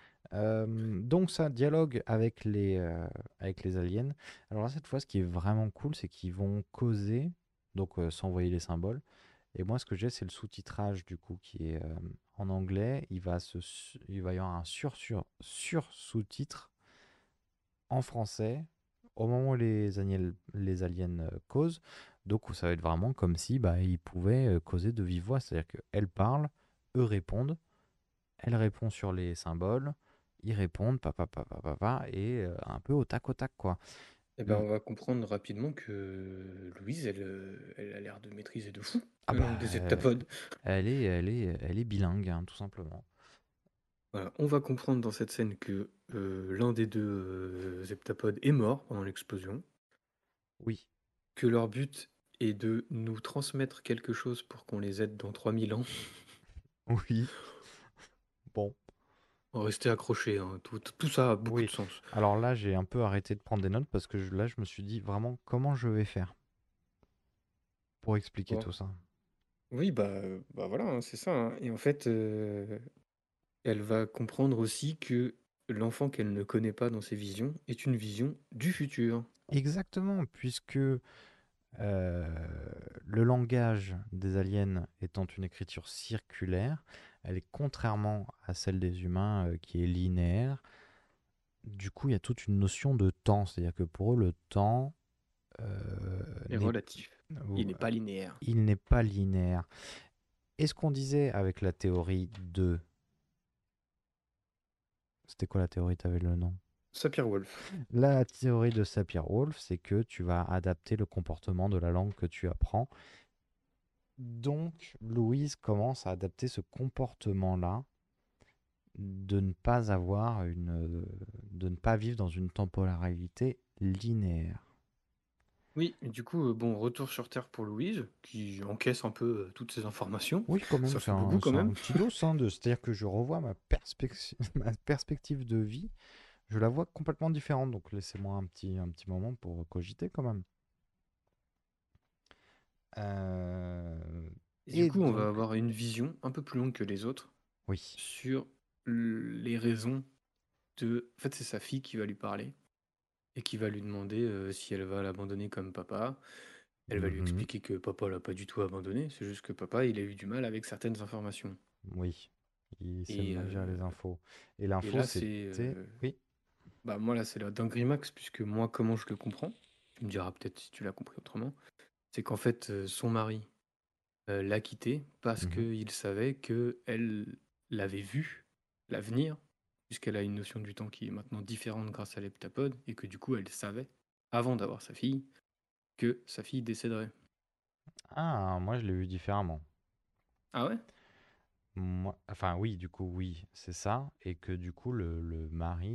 Donc ça dialogue avec les aliens. Alors là, cette fois, ce qui est vraiment cool, c'est qu'ils vont causer, donc s'envoyer les symboles. Et moi, ce que j'ai, c'est le sous-titrage, du coup, qui est en anglais. Il va y avoir un sur-sous-titre en français au moment où les aliens causent. Donc ça va être vraiment comme si bah, ils pouvaient causer de vive voix. C'est-à-dire qu'elle parle, eux répondent, elle répond sur les symboles, ils répondent, papa, papa, papa, et un peu au tac, quoi. Et ben, L- on va comprendre rapidement que Louise, elle a l'air de maîtriser de fou Ah la bah, langue des heptapodes. elle est bilingue, hein, tout simplement. Voilà, on va comprendre dans cette scène que l'un des deux heptapodes est mort pendant l'explosion, Oui, que leur but est de nous transmettre quelque chose pour qu'on les aide dans 3000 ans. oui, bon, On va rester accroché, hein, tout ça a beaucoup de oui. sens. Alors là, j'ai un peu arrêté de prendre des notes parce que là, je me suis dit vraiment comment je vais faire pour expliquer Bon. tout ça. Oui, bah voilà, hein, c'est ça, hein. Et en fait, elle va comprendre aussi que l'enfant qu'elle ne connaît pas dans ses visions est une vision du futur. Exactement, puisque le langage des aliens étant une écriture circulaire, elle est contrairement à celle des humains qui est linéaire. Du coup, il y a toute une notion de temps, c'est-à-dire que pour eux, le temps Et n'est relatif. Il n'est pas linéaire. il n'est pas linéaire. Et ce qu'on disait avec la théorie de... C'était quoi la théorie? T'avais le nom? Sapir-Whorf. La théorie de Sapir-Whorf, c'est que tu vas adapter le comportement de la langue que tu apprends. Donc, Louise commence à adapter ce comportement-là de ne pas de ne pas vivre dans une temporalité linéaire. Oui, et du coup, bon, retour sur Terre pour Louise, qui encaisse un peu toutes ces informations. Oui, quand même, Ça fait beaucoup quand c'est même. un petit dos, hein, c'est-à-dire que je revois ma perspective de vie, je la vois complètement différente. Donc, laissez-moi un petit moment pour cogiter quand même. Euh, Et du Et coup, on va donc, avoir une vision un peu plus longue que les autres oui. sur les raisons de... En fait, c'est sa fille qui va lui parler et qui va lui demander si elle va l'abandonner comme papa. Elle va lui Mhm. expliquer que papa l'a pas du tout abandonné, c'est juste que papa, il a eu du mal avec certaines informations. Oui, il sait Et, mal gérer les infos. Et et l'info, là, c'est... c'était... Oui. bah moi, là, c'est la dinguerie max, puisque moi, comment je le comprends, tu me diras peut-être si tu l'as compris autrement, c'est qu'en fait, son mari l'a quitté parce Mhm. qu'il savait qu'elle l'avait vu l'avenir, puisqu'elle a une notion du temps qui est maintenant différente grâce à l'heptapode, et que du coup, elle savait, avant d'avoir sa fille, que sa fille décéderait. Ah, moi, je l'ai vu différemment. Ah ouais? Moi, enfin, oui, du coup, oui, c'est ça. Et que du coup, le mari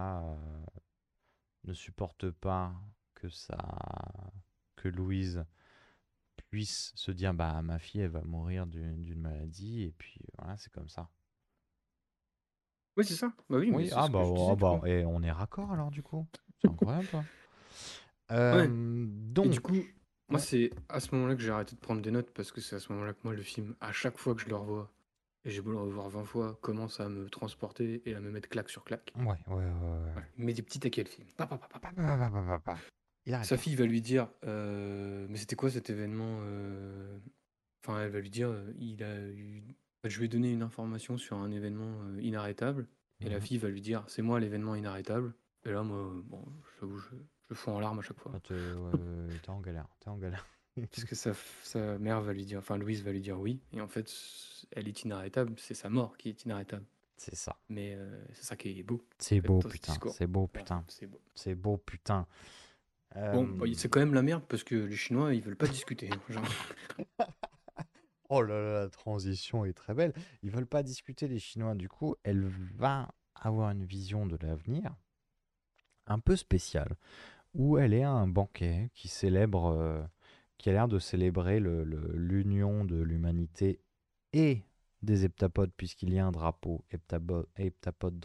ne supporte pas que ça, que Louise puisse se dire, bah, ma fille, elle va mourir d'une maladie. Et puis, voilà, c'est comme ça. Oui, c'est ça. Bah oui, mais Oui, c'est ce que je disais, du coup. et on est raccord alors, du coup. C'est incroyable, ça. Ouais. Et du Donc, coup, moi, ouais. c'est à ce moment-là que j'ai arrêté de prendre des notes, parce que c'est à ce moment-là que moi, le film, à chaque fois que je le revois, et j'ai beau le revoir 20 fois, commence à me transporter et à me mettre claque sur claque. Ouais, ouais, ouais, ouais. Ouais. Il met des petits taquets, le film. Pa, pa, pa, pa, pa. Il arrête Sa pas. fille va lui dire, mais c'était quoi cet événement Enfin, elle va lui dire, je lui ai donné une information sur un événement inarrêtable, et la Mhm. fille va lui dire, c'est moi l'événement inarrêtable. Et là, moi, bon, j'avoue, je fonds en larmes à chaque fois. Ah, t'es en galère, t'es en galère. Puisque sa mère va lui dire, enfin Louise va lui dire oui, et en fait, elle est inarrêtable, c'est sa mort qui est inarrêtable. C'est ça. Mais c'est ça qui est beau, C'est en fait, beau, dans ce putain. discours. C'est beau, Voilà, putain. c'est beau. C'est beau, putain. Bon, bah, Euh, c'est quand même la merde, parce que les Chinois, ils veulent pas discuter, hein, genre. Oh là là, la transition est très belle. Ils veulent pas discuter, les Chinois. Du coup, elle va avoir une vision de l'avenir un peu spéciale, où elle est à un banquet qui a l'air de célébrer l'union de l'humanité et des heptapodes, puisqu'il y a un drapeau heptapode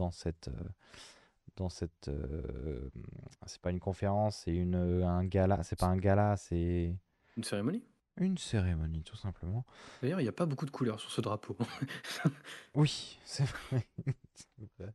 dans cette c'est pas une conférence, c'est un gala, c'est pas un gala, c'est Une cérémonie. une cérémonie tout simplement. D'ailleurs, il n'y a pas beaucoup de couleurs sur ce drapeau. Oui, c'est vrai. C'est vrai.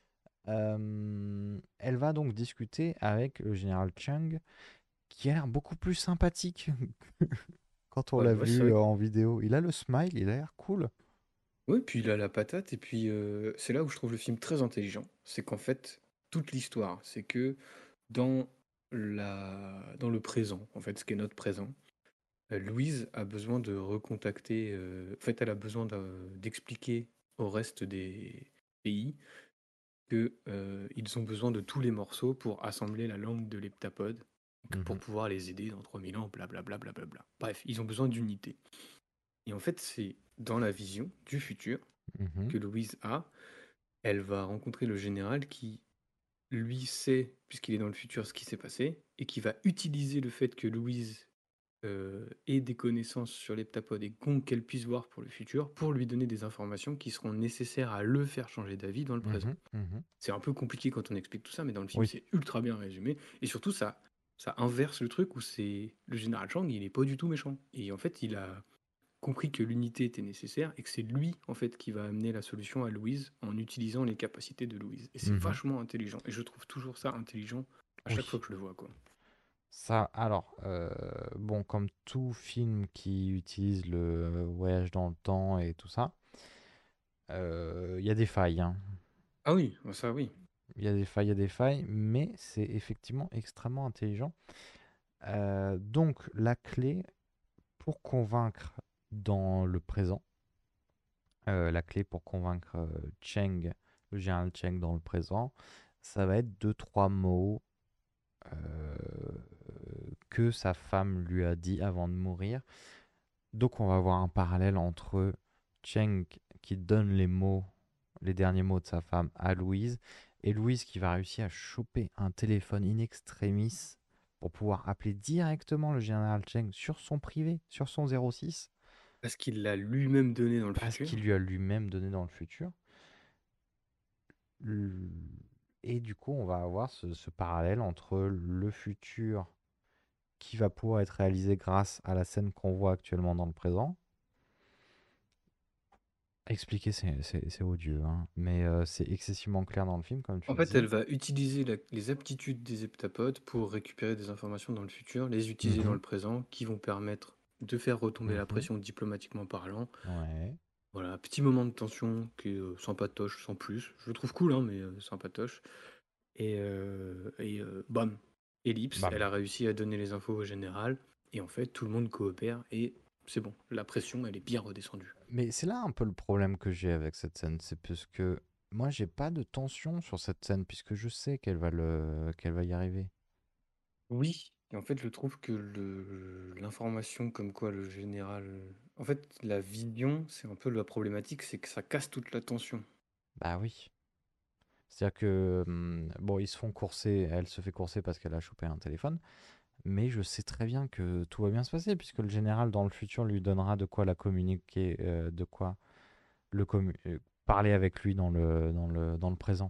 Elle va donc discuter avec le général Chang, qui a l'air beaucoup plus sympathique quand on Ouais, l'a ouais, c'est vu vrai. en vidéo. Il a le smile, il a l'air cool. Oui, puis il a la patate, et puis c'est là où je trouve le film très intelligent. C'est qu'en fait, toute l'histoire, c'est que dans dans le présent, en fait, ce qui est notre présent, Louise a besoin de recontacter, en fait, elle a besoin d'expliquer au reste des pays que ils ont besoin de tous les morceaux pour assembler la langue de l'heptapode, pour pouvoir les aider dans 3000 ans, blablabla. Blablabla. Bref, ils ont besoin d'unité. Et en fait, c'est dans la vision du futur que Louise a. Elle va rencontrer le général qui, lui, sait, puisqu'il est dans le futur, ce qui s'est passé, et qui va utiliser le fait que Louise ait des connaissances sur l'heptapode et qu'elle puisse voir pour le futur, pour lui donner des informations qui seront nécessaires à le faire changer d'avis dans le présent. C'est un peu compliqué quand on explique tout ça, mais dans le film, Oui. c'est ultra bien résumé. Et surtout, ça inverse le truc où c'est le général Chang, il est pas du tout méchant. Et en fait, il a compris que l'unité était nécessaire et que c'est lui, en fait, qui va amener la solution à Louise en utilisant les capacités de Louise. Et c'est vachement intelligent. Et je trouve toujours ça intelligent à chaque fois que je le vois, quoi. Ça, alors, bon, comme tout film qui utilise le voyage dans le temps et tout ça, il y a des failles, hein. Ah oui, ça oui. Il y a des failles, mais c'est effectivement extrêmement intelligent. Donc, la clé pour convaincre dans le présent, la clé pour convaincre Cheng, le général Cheng dans le présent, ça va être 2-3 mots que sa femme lui a dit avant de mourir. Donc on va avoir un parallèle entre Cheng qui donne les derniers mots de sa femme à Louise, et Louise qui va réussir à choper un téléphone in extremis pour pouvoir appeler directement le général Cheng sur son privé, sur son 06. Parce qu'il l'a lui-même donné dans le Parce futur. qu'il lui a lui-même donné dans le futur. Et du coup, on va avoir ce parallèle entre le futur qui va pouvoir être réalisé grâce à la scène qu'on voit actuellement dans le présent. Expliquer, c'est odieux, hein, mais c'est excessivement clair dans le film, comme tu En le fait, dis. elle va utiliser les aptitudes des heptapodes pour récupérer des informations dans le futur, les utiliser dans le présent, qui vont permettre de faire retomber la pression diplomatiquement parlant. Ouais. Voilà, petit moment de tension qui est sympatoche, sans plus. Je le trouve cool, hein, mais sympatoche. Et bam, ellipse, Bam. elle a réussi à donner les infos au général. Et en fait, tout le monde coopère et c'est bon. La pression, elle est bien redescendue. Mais c'est là un peu le problème que j'ai avec cette scène, c'est parce que moi j'ai pas de tension sur cette scène puisque je sais qu'elle va y arriver. Oui, et en fait, je trouve que l'information comme quoi le général. En fait, la vision, c'est un peu la problématique, c'est que ça casse toute la tension. Bah oui. C'est-à-dire que bon, ils se font courser, elle se fait courser parce qu'elle a chopé un téléphone, mais je sais très bien que tout va bien se passer puisque le général dans le futur lui donnera de quoi la communiquer, de quoi parler avec lui dans le présent.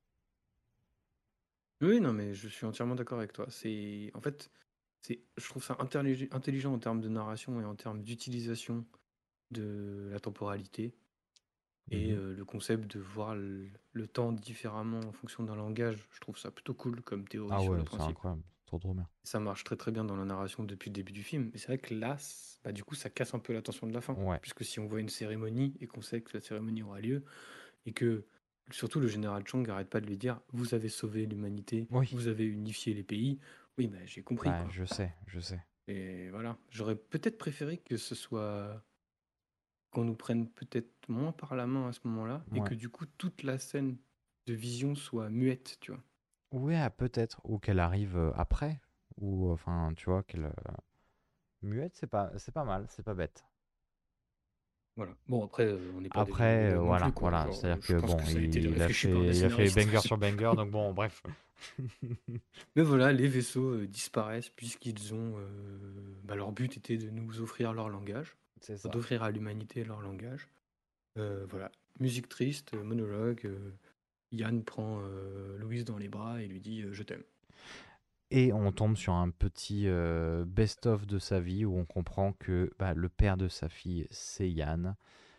Oui, non, mais je suis entièrement d'accord avec toi. C'est, en fait, je trouve ça intelligent en termes de narration et en termes d'utilisation de la temporalité et le concept de voir le temps différemment en fonction d'un langage. Je trouve ça plutôt cool comme théorie Ah sur ouais, le c'est principe. incroyable, trop bien. Ça marche très très bien dans la narration depuis le début du film. Mais c'est vrai que là, bah, du coup, ça casse un peu la tension de la fin. Ouais. Puisque si on voit une cérémonie et qu'on sait que la cérémonie aura lieu, et que surtout le général Chang n'arrête pas de lui dire vous avez sauvé l'humanité, Oui. vous avez unifié les pays. Oui, bah, j'ai compris. Bah, Quoi. je sais. Et voilà, j'aurais peut-être préféré que ce soit qu'on nous prenne peut-être moins par la main à ce moment-là et Ouais. que du coup toute la scène de vision soit muette, tu vois. Ouais, peut-être. Ou qu'elle arrive après. Ou, enfin, tu vois, qu'elle... Muette, c'est pas mal, c'est pas bête. Voilà. Bon, après, on n'est pas des génies Après, du non plus, quoi. voilà. Genre, C'est-à-dire je que, pense bon, que ça a été il a réfléchi par des fait scénaristes. banger sur banger, donc bon, bref. Mais voilà, les vaisseaux disparaissent puisqu'ils ont... bah, leur but était de nous offrir leur langage, C'est ça. d'offrir à l'humanité leur langage. Voilà, musique triste, monologue. Yann prend Louise dans les bras et lui dit je t'aime. Et on tombe sur un petit best-of de sa vie où on comprend que bah, le père de sa fille, c'est Yann,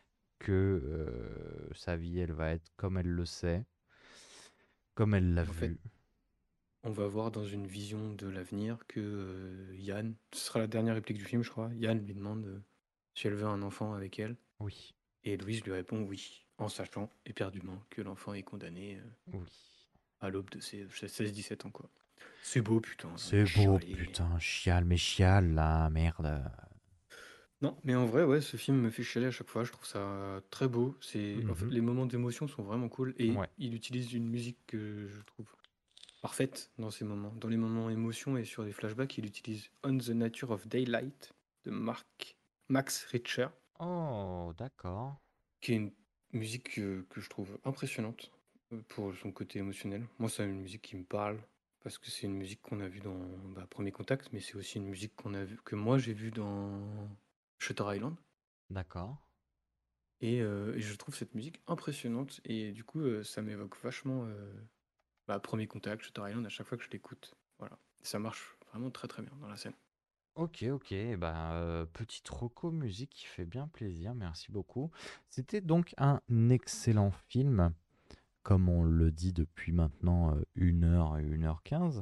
que sa vie, elle va être comme elle le sait, comme elle l'a En fait, vu. on va voir dans une vision de l'avenir que Yann, ce sera la dernière réplique du film, je crois. Yann lui demande si elle veut un enfant avec elle. Oui. Et Louise lui répond oui, en sachant éperdument que l'enfant est condamné Oui. à l'aube de ses 16-17 ans, quoi. C'est beau, putain. C'est beau, putain, chiale, mais chiale là, merde. Non, mais en vrai, ouais, ce film me fait chialer à chaque fois. Je trouve ça très beau. En fait, Mhm. les moments d'émotion sont vraiment cool et Ouais, il utilise une musique que je trouve parfaite dans ces moments. Dans les moments émotion et sur les flashbacks, il utilise On the Nature of Daylight de Max Richter, oh, d'accord. qui est une musique que je trouve impressionnante pour son côté émotionnel. Moi, c'est une musique qui me parle parce que c'est une musique qu'on a vue dans Premier Contact, mais c'est aussi une musique que moi j'ai vue dans Shutter Island. D'accord. Et je trouve cette musique impressionnante et du coup, ça m'évoque vachement Premier Contact, Shutter Island à chaque fois que je l'écoute. Voilà. Ça marche vraiment très très bien dans la scène. Ok, ok. Bah, petite roco musique qui fait bien plaisir. Merci beaucoup. C'était donc un excellent film, comme on le dit depuis maintenant 1 heure et 1h15.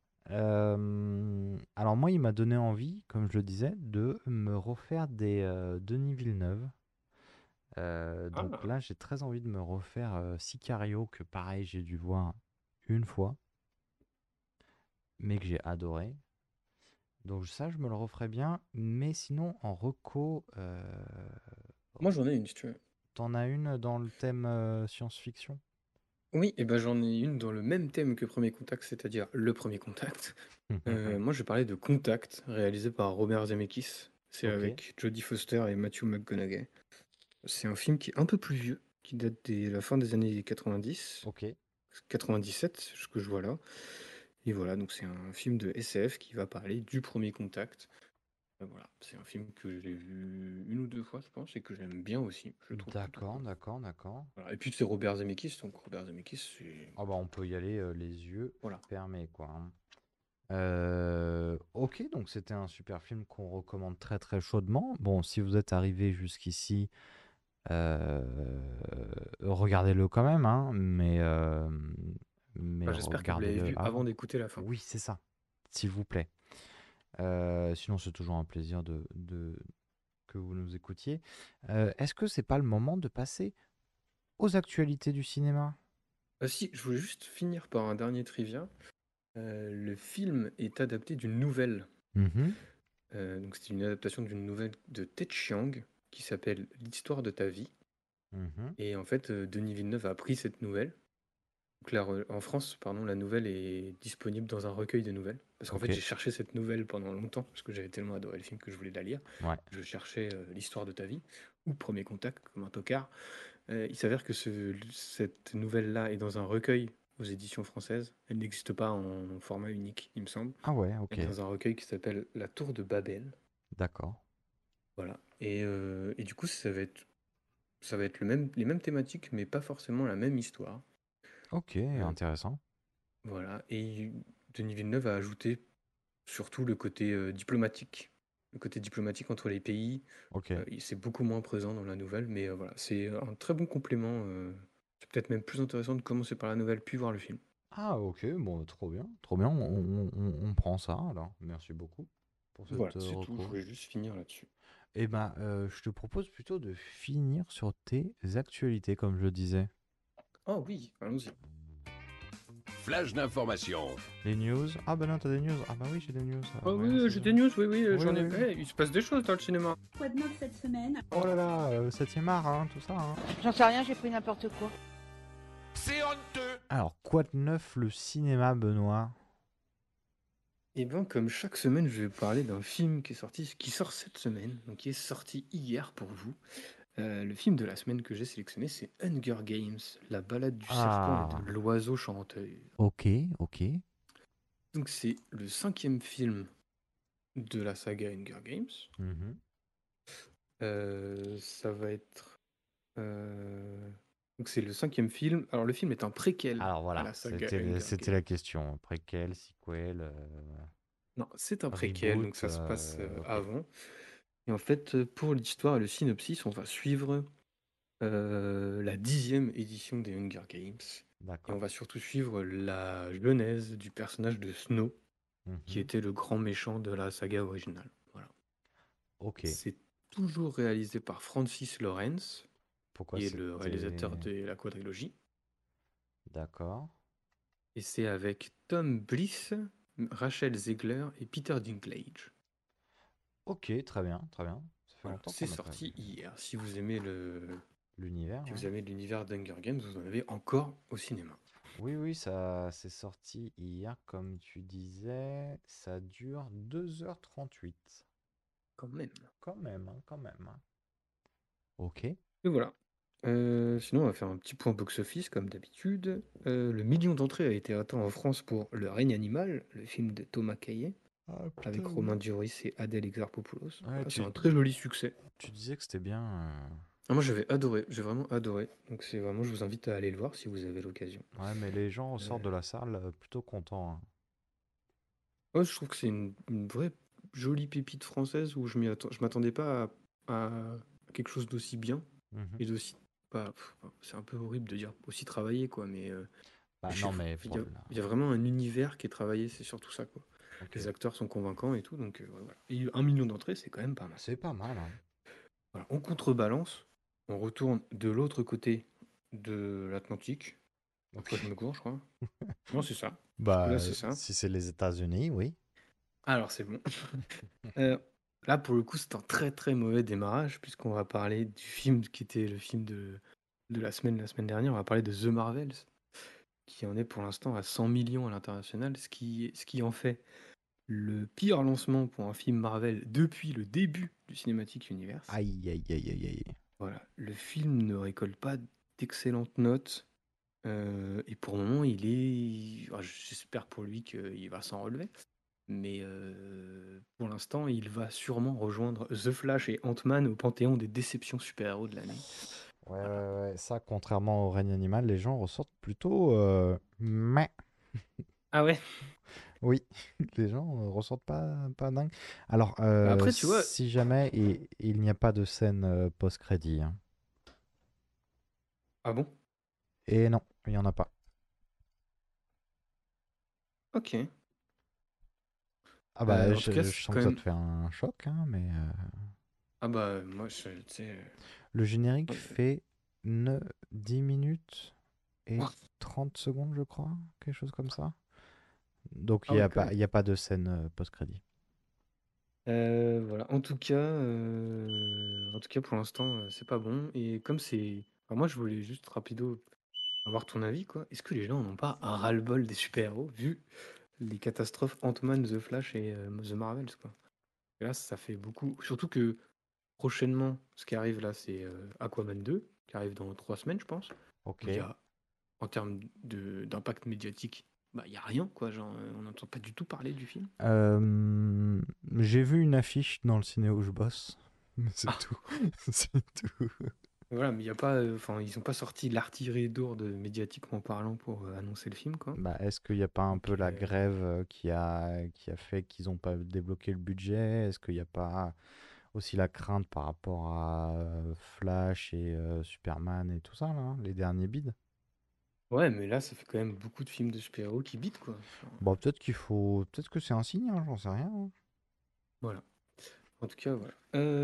Alors moi, il m'a donné envie, comme je le disais, de me refaire des Denis Villeneuve. Donc Ah, là, j'ai très envie de me refaire Sicario, que pareil, j'ai dû voir une fois, mais que j'ai adoré. Donc ça, je me le referais bien. Mais sinon, en reco, moi j'en ai une si tu veux. t'en as une dans le thème science-fiction? Oui, et ben j'en ai une dans le même thème que Premier Contact, c'est-à-dire le Premier Contact. Moi je vais parler de Contact, réalisé par Robert Zemeckis. C'est Ok, avec Jodie Foster et Matthew McConaughey. C'est un film qui est un peu plus vieux, qui date de la fin des années 90, ok, 97, ce que je vois là. Et voilà, donc c'est un film de SF qui va parler du Premier Contact. Voilà, c'est un film que j'ai vu une ou deux fois, je pense, et que j'aime bien aussi. Je le trouve plutôt d'accord, cool. d'accord, d'accord. Voilà. Et puis c'est Robert Zemeckis, donc Robert Zemeckis, c'est... Ah bah on peut y aller les yeux Voilà. fermés, quoi, hein. Ok, donc c'était un super film qu'on recommande très très chaudement. Bon, si vous êtes arrivé jusqu'ici, euh, regardez-le quand même, hein, mais Enfin, j'espère que vous l'avez regardez-le vu avant avant. d'écouter la fin. Oui, c'est ça, s'il vous plaît. Sinon, c'est toujours un plaisir que vous nous écoutiez. Est-ce que c'est pas le moment de passer aux actualités du cinéma? Ah si, je voulais juste finir par un dernier trivia. Le film est adapté d'une nouvelle. Mhm, Donc c'est une adaptation d'une nouvelle de Ted Chiang qui s'appelle L'histoire de ta vie. mhm. Et en fait, Denis Villeneuve a pris cette nouvelle. Donc en France, pardon, la nouvelle est disponible dans un recueil de nouvelles. Parce qu'en Ok, fait, j'ai cherché cette nouvelle pendant longtemps, parce que j'avais tellement adoré le film que je voulais la lire. ouais. Je cherchais l'histoire de ta vie, ou Premier Contact, comme un tocard. Il s'avère que cette nouvelle-là est dans un recueil aux éditions françaises. Elle n'existe pas en format unique, il me semble. Ah ouais, ok, Elle est dans un recueil qui s'appelle La Tour de Babel. d'accord. Voilà. Et du coup, ça va être les mêmes thématiques, mais pas forcément la même histoire. Ok, Euh, intéressant. voilà. Et Denis Villeneuve a ajouté surtout le côté diplomatique. Le côté diplomatique entre les pays, Ok. c'est beaucoup moins présent dans la nouvelle, mais voilà, c'est un très bon complément. C'est peut-être même plus intéressant de commencer par la nouvelle puis voir le film. Ah ok, bon, trop bien, trop bien. On prend ça alors. Merci beaucoup pour Voilà, cette c'est tout. Je reco. voulais juste finir là-dessus. Eh ben, je te propose plutôt de finir sur tes actualités, comme je le disais. Ah oui, allons-y. Flash d'information. Les news. Ah bah non, t'as des news. Ah bah oui, j'ai des news. Ah Ouais, oui, c'est j'ai ça. des news, oui, oui, Oui, j'en ai. oui. Eh, il se passe des choses dans le cinéma. Quoi de neuf cette semaine? Oh là là, 7e art, hein, tout ça, hein. J'en sais rien, j'ai pris n'importe quoi. C'est honteux. Alors, quoi de neuf le cinéma, Benoît? Et bien, comme chaque semaine, je vais parler d'un film qui sort cette semaine, donc qui est sorti hier pour vous. Le film de la semaine que j'ai sélectionné, c'est Hunger Games, la balade du serpent et Ah, de l'oiseau chanteur. ok, ok. Donc c'est le 5e film de la saga Hunger Games. Mhm. Ça va être... Donc c'est le 5e film. Alors le film est un préquel Alors à voilà, la saga Hunger c'était Games. la question. Préquel, sequel, Non, c'est un préquel, donc reboot, ça se passe ok. avant. Et en fait, pour l'histoire et le synopsis, on va suivre la 10e édition des Hunger Games. Et on D'accord. va surtout suivre la genèse du personnage de Snow, qui Mhm. était le grand méchant de la saga originale. Voilà. Ok. C'est toujours réalisé par Francis Lawrence, Pourquoi qui est le réalisateur c'était... de la quadrilogie. D'accord. Et c'est avec Tom Bliss, Rachel Zegler et Peter Dinklage. Ok, très bien, très bien. Ça fait Voilà, longtemps c'est qu'on n'a pas sorti vu hier. Si vous aimez l'univers. si vous Ouais. aimez l'univers d'Hunger Games, vous en avez encore au cinéma. Oui, oui, ça c'est sorti hier, comme tu disais. Ça dure 2h38. Quand même. Quand même, hein, quand même. Hein. Ok. Et voilà. Sinon, on va faire un petit point box-office, comme d'habitude. Le million d'entrées a été atteint en France pour Le règne animal, le film de Thomas Caillet, Ah avec putain, Romain oui. Duris et Adèle Exarchopoulos. Ouais, Voilà, c'est un très joli succès. tu disais que c'était bien. Ah, moi, j'avais adoré, j'ai vraiment adoré. Donc, c'est vraiment, je vous invite à aller le voir si vous avez l'occasion. Ouais, mais les gens ressortent Euh, de la salle plutôt contents. Hein. ouais, je trouve que c'est une vraie jolie pépite française où je m'attendais pas à quelque chose d'aussi bien Mhm. et d'aussi. C'est un peu horrible de dire aussi travailler, quoi, mais Bah je sais non, pas, mais il y a vraiment un univers qui est travaillé, c'est surtout ça, quoi. Ok. Les acteurs sont convaincants et tout, donc ouais, voilà. Et 1 million d'entrées, c'est quand même pas mal. C'est pas mal. Hein. Voilà. On contrebalance, on retourne de l'autre côté de l'Atlantique. Après, je me gourre, je crois. Non, c'est ça. Bah, Là, c'est ça. si c'est les États-Unis, oui. Alors, c'est bon. Euh, Là, pour le coup, c'est un très très mauvais démarrage, puisqu'on va parler du film qui était le film de la semaine dernière. On va parler de The Marvels, qui en est pour l'instant à 100 millions à l'international, ce qui en fait le pire lancement pour un film Marvel depuis le début du Cinematic Universe. Aïe, aïe, aïe, aïe, aïe. Voilà, le film ne récolte pas d'excellentes notes. Et pour le moment, j'espère pour lui qu'il va s'en relever. Mais pour l'instant, il va sûrement rejoindre The Flash et Ant-Man au panthéon des déceptions super-héros de l'année. Ouais, Voilà. ouais, ouais. Ça, contrairement au règne animal, les gens ressortent plutôt. Mais. Ah ouais. Oui, les gens ressortent pas dingue. Alors, Bah après, tu vois. si jamais il n'y a pas de scène post-crédit. Hein. Ah bon? Et non, il n'y en a pas. Ok. Ah bah, En tout cas, je c'est sens quand que ça même. te fait un choc, hein, mais Ah bah, moi, tu sais. le générique euh, fait 10 minutes et 30 secondes, je crois, quelque chose comme ça. Donc Ah ouais, quand il y a pas de scène post-crédit. Voilà. En tout cas, pour l'instant, c'est pas bon. Et comme c'est. Enfin, moi, je voulais juste rapido avoir ton avis, quoi. Est-ce que les gens n'ont pas un ras-le-bol des super-héros vu les catastrophes Ant-Man, The Flash et The Marvels, quoi? Et là, ça fait beaucoup. Surtout que prochainement, ce qui arrive là, c'est Aquaman 2, qui arrive dans 3 semaines, je pense. Ok. Où il y a, en termes d'impact médiatique, bah, il n'y a rien, quoi. Genre, on n'entend pas du tout parler du film. J'ai vu une affiche dans le ciné où je bosse. Mais c'est Ah. tout. C'est tout. Voilà, mais il y a pas, enfin, ils n'ont pas sorti l'artillerie lourde médiatiquement parlant pour annoncer le film, quoi. Bah, est-ce qu'il n'y a pas un Donc, peu la grève qui a fait qu'ils n'ont pas débloqué le budget? Est-ce qu'il n'y a pas aussi la crainte par rapport à Flash et Superman et tout ça, là, hein, les derniers bids? ouais, mais là, ça fait quand même beaucoup de films de super-héros qui bitent, quoi. Enfin, Bon, peut-être qu'il faut. Peut-être que c'est un signe, hein, j'en sais rien. Hein. voilà. En tout cas, voilà.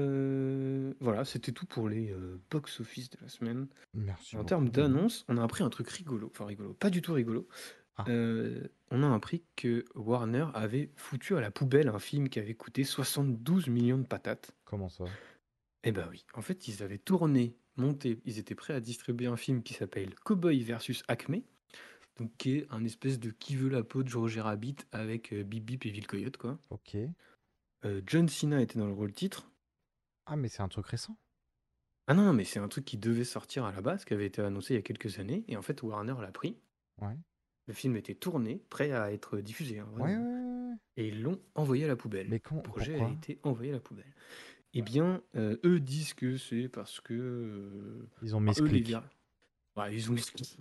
Voilà, c'était tout pour les box-office de la semaine. Merci En beaucoup, termes Damien. d'annonce, on a appris un truc rigolo. Enfin, rigolo, pas du tout rigolo. Ah. On a appris que Warner avait foutu à la poubelle un film qui avait coûté 72 millions de patates. Comment ça? Eh ben oui. En fait, ils avaient tourné, monté, ils étaient prêts à distribuer un film qui s'appelle Cowboy versus Acme, donc qui est un espèce de Qui veut la peau de Roger Rabbit avec Bip Bip et Ville Coyote, quoi. Ok. John Cena était dans le rôle titre. Ah, mais c'est un truc récent. Ah non, mais c'est un truc qui devait sortir à la base, qui avait été annoncé il y a quelques années, et en fait Warner l'a pris. Ouais. Le film était tourné, prêt à être diffusé, hein, Ouais, vraiment. ouais. Et ils l'ont envoyé à la poubelle. Mais Le projet a pourquoi? été envoyé à la poubelle. Eh bien, eux disent que c'est parce que Ils ont eux, les misclick. ouais, ils ont misclick.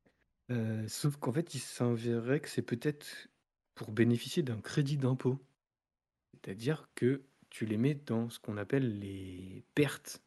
Sauf qu'en fait, il s'avérerait que c'est peut-être pour bénéficier d'un crédit d'impôt. C'est-à-dire que tu les mets dans ce qu'on appelle les pertes.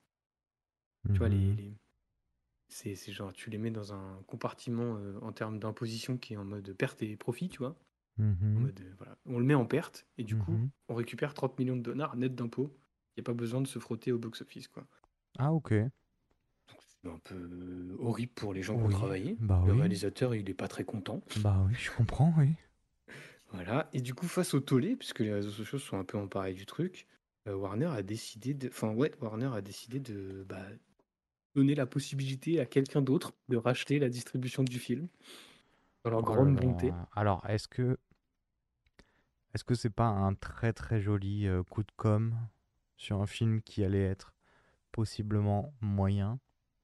Tu vois, Mhm. c'est genre, tu les mets dans un compartiment en termes d'imposition qui est en mode perte et profit, tu vois. En Mhm. mode, voilà. On le met en perte et du coup, Mhm. on récupère 30 millions de dollars net d'impôts. Il n'y a pas besoin de se frotter au box-office, quoi. Ah, ok. C'est un peu horrible pour les gens qui ont Oui. travaillé. Bah Le oui. réalisateur, il est pas très content. Bah oui, je comprends, oui. Voilà. Et du coup, face au tollé, puisque les réseaux sociaux sont un peu emparés du truc, Warner a décidé de donner la possibilité à quelqu'un d'autre de racheter la distribution du film, dans leur Oh là grande bonté. là. Alors, est-ce que c'est pas un très très joli coup de com' sur un film qui allait être possiblement moyen?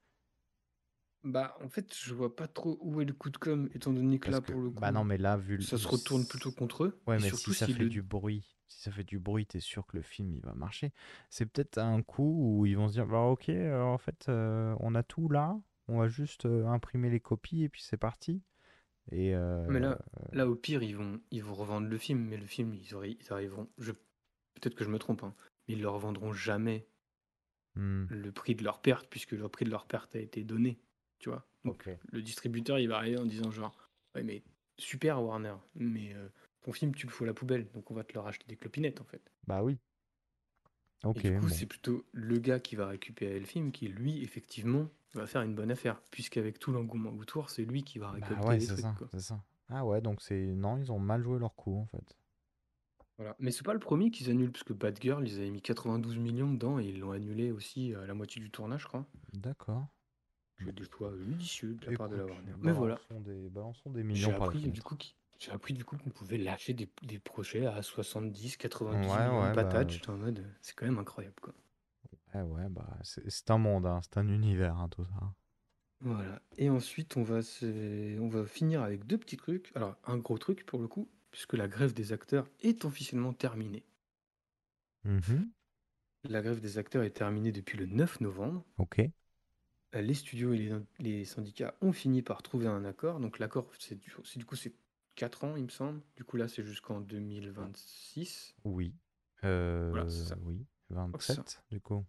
Bah, en fait, je vois pas trop où est le coup de com', étant donné que Parce là, que, pour le bah non, coup, mais là, vu ça se retourne plutôt contre eux. Ouais, Et mais si surtout, ça fait du bruit, t'es sûr que le film il va marcher. C'est peut-être un coup où ils vont se dire, bah ok, en fait, on a tout là, on va juste imprimer les copies et puis c'est parti. Et Mais là, au pire, ils vont revendre le film, mais le film, ils arriveront. Peut-être que je me trompe, hein, mais ils leur vendront jamais hmm, le prix de leur perte, puisque le prix de leur perte a été donné, tu vois. Donc, ok. le distributeur, il va arriver en disant genre, ouais, mais super Warner, mais ton film, tu le fous à la poubelle, donc on va te le racheter des clopinettes, en fait. Bah oui, Et ok, du coup, bon. c'est plutôt le gars qui va récupérer le film qui, lui, effectivement, va faire une bonne affaire, puisqu'avec tout l'engouement autour, c'est lui qui va Bah récolter ouais, des c'est trucs, ça, quoi. c'est ça. Ah ouais, donc non, ils ont mal joué leur coup en fait. Voilà. Mais c'est pas le premier qu'ils annulent, parce que Bad Girl, ils avaient mis 92 millions dedans et ils l'ont annulé aussi à la moitié du tournage, je crois. D'accord. C'est des choix judicieux de la part de la Écoute, Warner. Mais voilà, balançons des j'ai millions par la appris du fenêtre. coup qu'on pouvait lâcher des projets à 70, 90 Ouais, millions de ouais, bah patates. J'étais en mode, c'est quand même incroyable, quoi. ouais, bah c'est un monde, hein, c'est un univers, hein, tout ça. Voilà. Et ensuite, on va finir avec deux petits trucs. Alors, un gros truc pour le coup, puisque la grève des acteurs est officiellement terminée. Mhm, La grève des acteurs est terminée depuis le 9 novembre. ok. Les studios et les syndicats ont fini par trouver un accord. Donc l'accord, du coup, c'est 4 ans, il me semble. Du coup, là, c'est jusqu'en 2026. Oui. Voilà, c'est ça. Oui. Je crois que c'est ça. 27 du coup.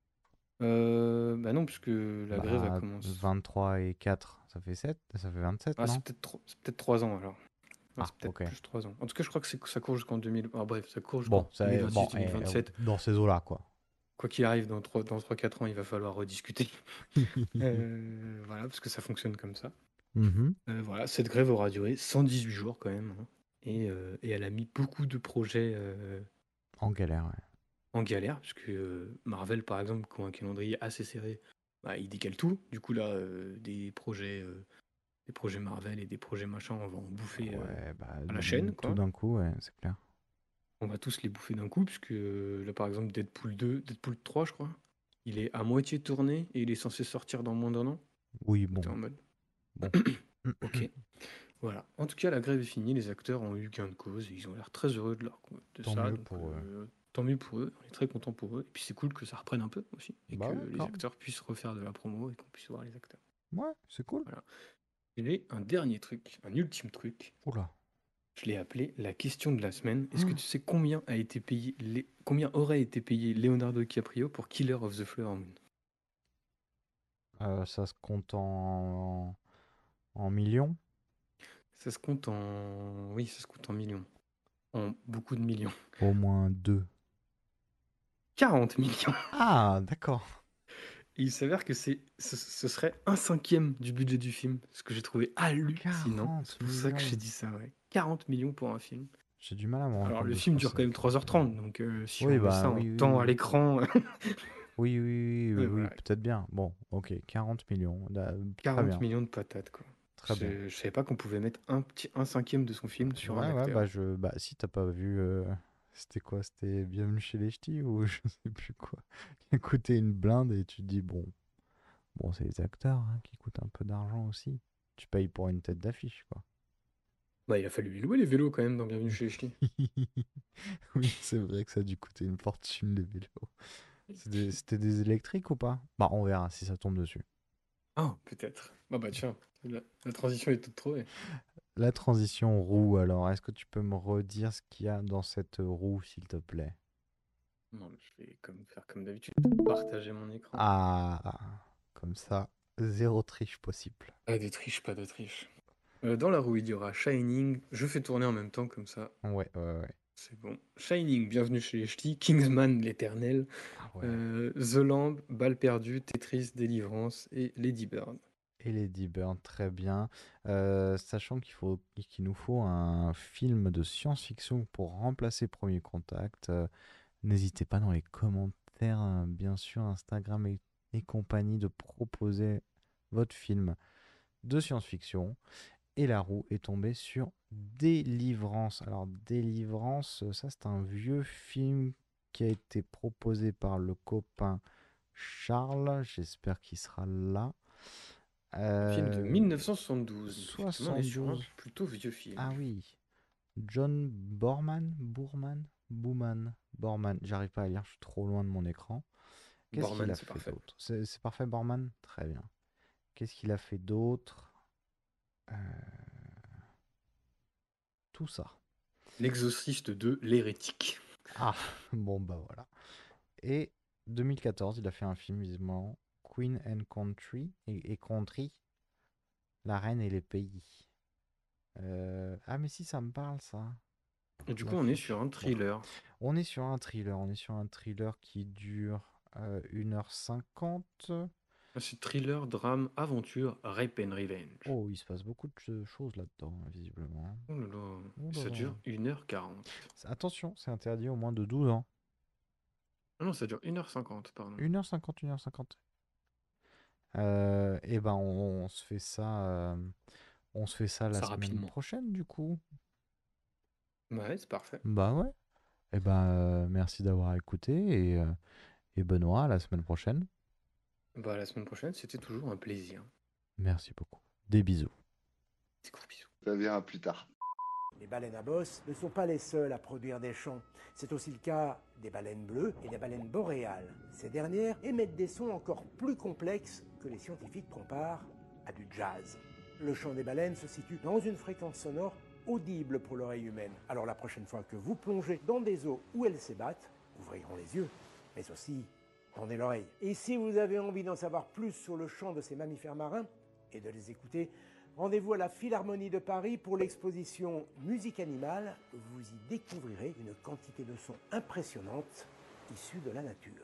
Bah non, puisque la grève a Bah commencé. 23 et 4, ça fait 7, ça fait 27, Ah, non? c'est peut-être 3 ans alors. Ouais, Ah, c'est peut-être ok. plus 3 ans. En tout cas, je crois que ça court jusqu'en 2000. Ah, bref, ça court Bon, jusqu'en bon, 2026-2027. dans ces eaux-là, quoi. Quoi qu'il arrive, dans 3-4 ans, il va falloir rediscuter. Voilà, parce que ça fonctionne comme ça. Mhm. Voilà, cette grève aura duré 118 jours quand même, hein. Et elle a mis beaucoup de projets En galère, ouais. en galère, puisque Marvel, par exemple, qui ont un calendrier assez serré, bah, ils décalent tout. Du coup, là, des projets Marvel et des projets machin, on va en bouffer Ouais, bah à la chaîne, tout quoi. d'un coup, ouais, c'est clair. On va tous les bouffer d'un coup, puisque là, par exemple, Deadpool 3, je crois, il est à moitié tourné et il est censé sortir dans moins d'1 an. Oui, T'es bon, en mode, bon. ok. Voilà. En tout cas, la grève est finie, les acteurs ont eu gain de cause et ils ont l'air très heureux de Tant ça. mieux Donc, pour eux. tant mieux pour eux, on est très content pour eux. Et puis c'est cool que ça reprenne un peu aussi et Bah que ouais, les grave. acteurs puissent refaire de la promo et qu'on puisse voir les acteurs. Ouais, c'est cool. Voilà. J'ai un dernier truc, un ultime truc. Oula. Je l'ai appelé la question de la semaine. Est-ce que tu sais combien aurait été payé Leonardo DiCaprio pour Killer of the Flower Moon? Ça se compte en millions? Ça se compte en... Oui, ça se compte en millions. En beaucoup de millions. Au moins 2. 40 millions. Ah, d'accord. Et il s'avère que ce serait un cinquième du budget du film, ce que j'ai trouvé hallucinant. 40 C'est pour ça que j'ai millions. dit ça, ouais. 40 millions pour un film. J'ai du mal à me rendre Alors compte le de ce film que dure c'est. quand même 3h30, donc si Oui, on met bah ça en oui, oui, temps à oui. l'écran... Oui, oui, oui, oui, ouais, oui, voilà. peut-être bien. Bon, ok, 40 millions. Très 40 bien, millions de patates, quoi. très bien. Je savais pas qu'on pouvait mettre un cinquième de son film sur un Ouais, ouais, acteur. bah si t'as pas vu, c'était quoi? C'était Bienvenue chez les Ch'tis ou je sais plus quoi. Qui a coûté une blinde et tu te dis, bon, c'est les acteurs hein, qui coûtent un peu d'argent aussi. Tu payes pour une tête d'affiche, quoi. Bah, il a fallu louer les vélos quand même dans Bienvenue chez les Ch'tis. Oui, c'est vrai que ça a dû coûter une fortune, les vélos. C'était des électriques ou pas? Bah, on verra si ça tombe dessus. Ah, peut-être. Bah tiens, la transition est toute trouvée. La transition roue, alors, est-ce que tu peux me redire ce qu'il y a dans cette roue, s'il te plaît? Non, mais je vais faire comme d'habitude, partager mon écran. Ah, comme ça, zéro triche possible. Pas de triche, pas de triche. Dans la roue, il y aura Shining. Je fais tourner en même temps, comme ça, Ouais, ouais, ouais. c'est bon. Shining, Bienvenue chez les Ch'tis. Kingsman, l'Éternel. Ah ouais. The Lamb, Balle perdue. Tetris, Délivrance. Et Lady Bird. Et Lady Bird, très bien. Sachant qu'il nous faut un film de science-fiction pour remplacer Premier Contact. N'hésitez pas dans les commentaires, bien sûr, Instagram et compagnie, de proposer votre film de science-fiction. Et la roue est tombée sur Délivrance. Alors Délivrance, ça c'est un vieux film qui a été proposé par le copain Charles. J'espère qu'il sera là. Film de 1972. Donc, effectivement, on est sur un 72. plutôt vieux film. Ah oui. John Borman. J'arrive pas à lire, je suis trop loin de mon écran. Qu'est-ce qu'il Borman, a c'est fait parfait. d'autre? C'est parfait, Borman? Très bien. Qu'est-ce qu'il a fait d'autre? Tout ça. L'exorciste de l'hérétique. Ah, bon bah voilà. Et 2014, il a fait un film visiblement, Queen and Country, et Country, la reine et les pays. Ah mais si, ça me parle ça. Et du coup, on est sur un thriller. On est sur un thriller qui dure 1h50. C'est thriller, drame, aventure, rape and revenge. Oh, il se passe beaucoup de choses là-dedans, visiblement. Oh là là, Oh là ça là. dure 1h40. Attention, c'est interdit au moins de 12 ans. Ah non, ça dure 1h50, pardon. 1h50. Et ben on se fait ça la Ça semaine rapidement. prochaine du coup. Ouais, c'est parfait. Bah ouais. Et ben merci d'avoir écouté et Benoît, à la semaine prochaine. Bah, la semaine prochaine, c'était toujours un plaisir. Merci beaucoup. Des bisous. Des gros bisous. Ça vient à plus tard. Les baleines à bosse ne sont pas les seules à produire des chants. C'est aussi le cas des baleines bleues et des baleines boréales. Ces dernières émettent des sons encore plus complexes que les scientifiques comparent à du jazz. Le chant des baleines se situe dans une fréquence sonore audible pour l'oreille humaine. Alors la prochaine fois que vous plongez dans des eaux où elles s'ébattent, vous ouvrirez les yeux, mais aussi tendez l'oreille. Et si vous avez envie d'en savoir plus sur le chant de ces mammifères marins et de les écouter, rendez-vous à la Philharmonie de Paris pour l'exposition Musique animale. Vous y découvrirez une quantité de sons impressionnante issus de la nature.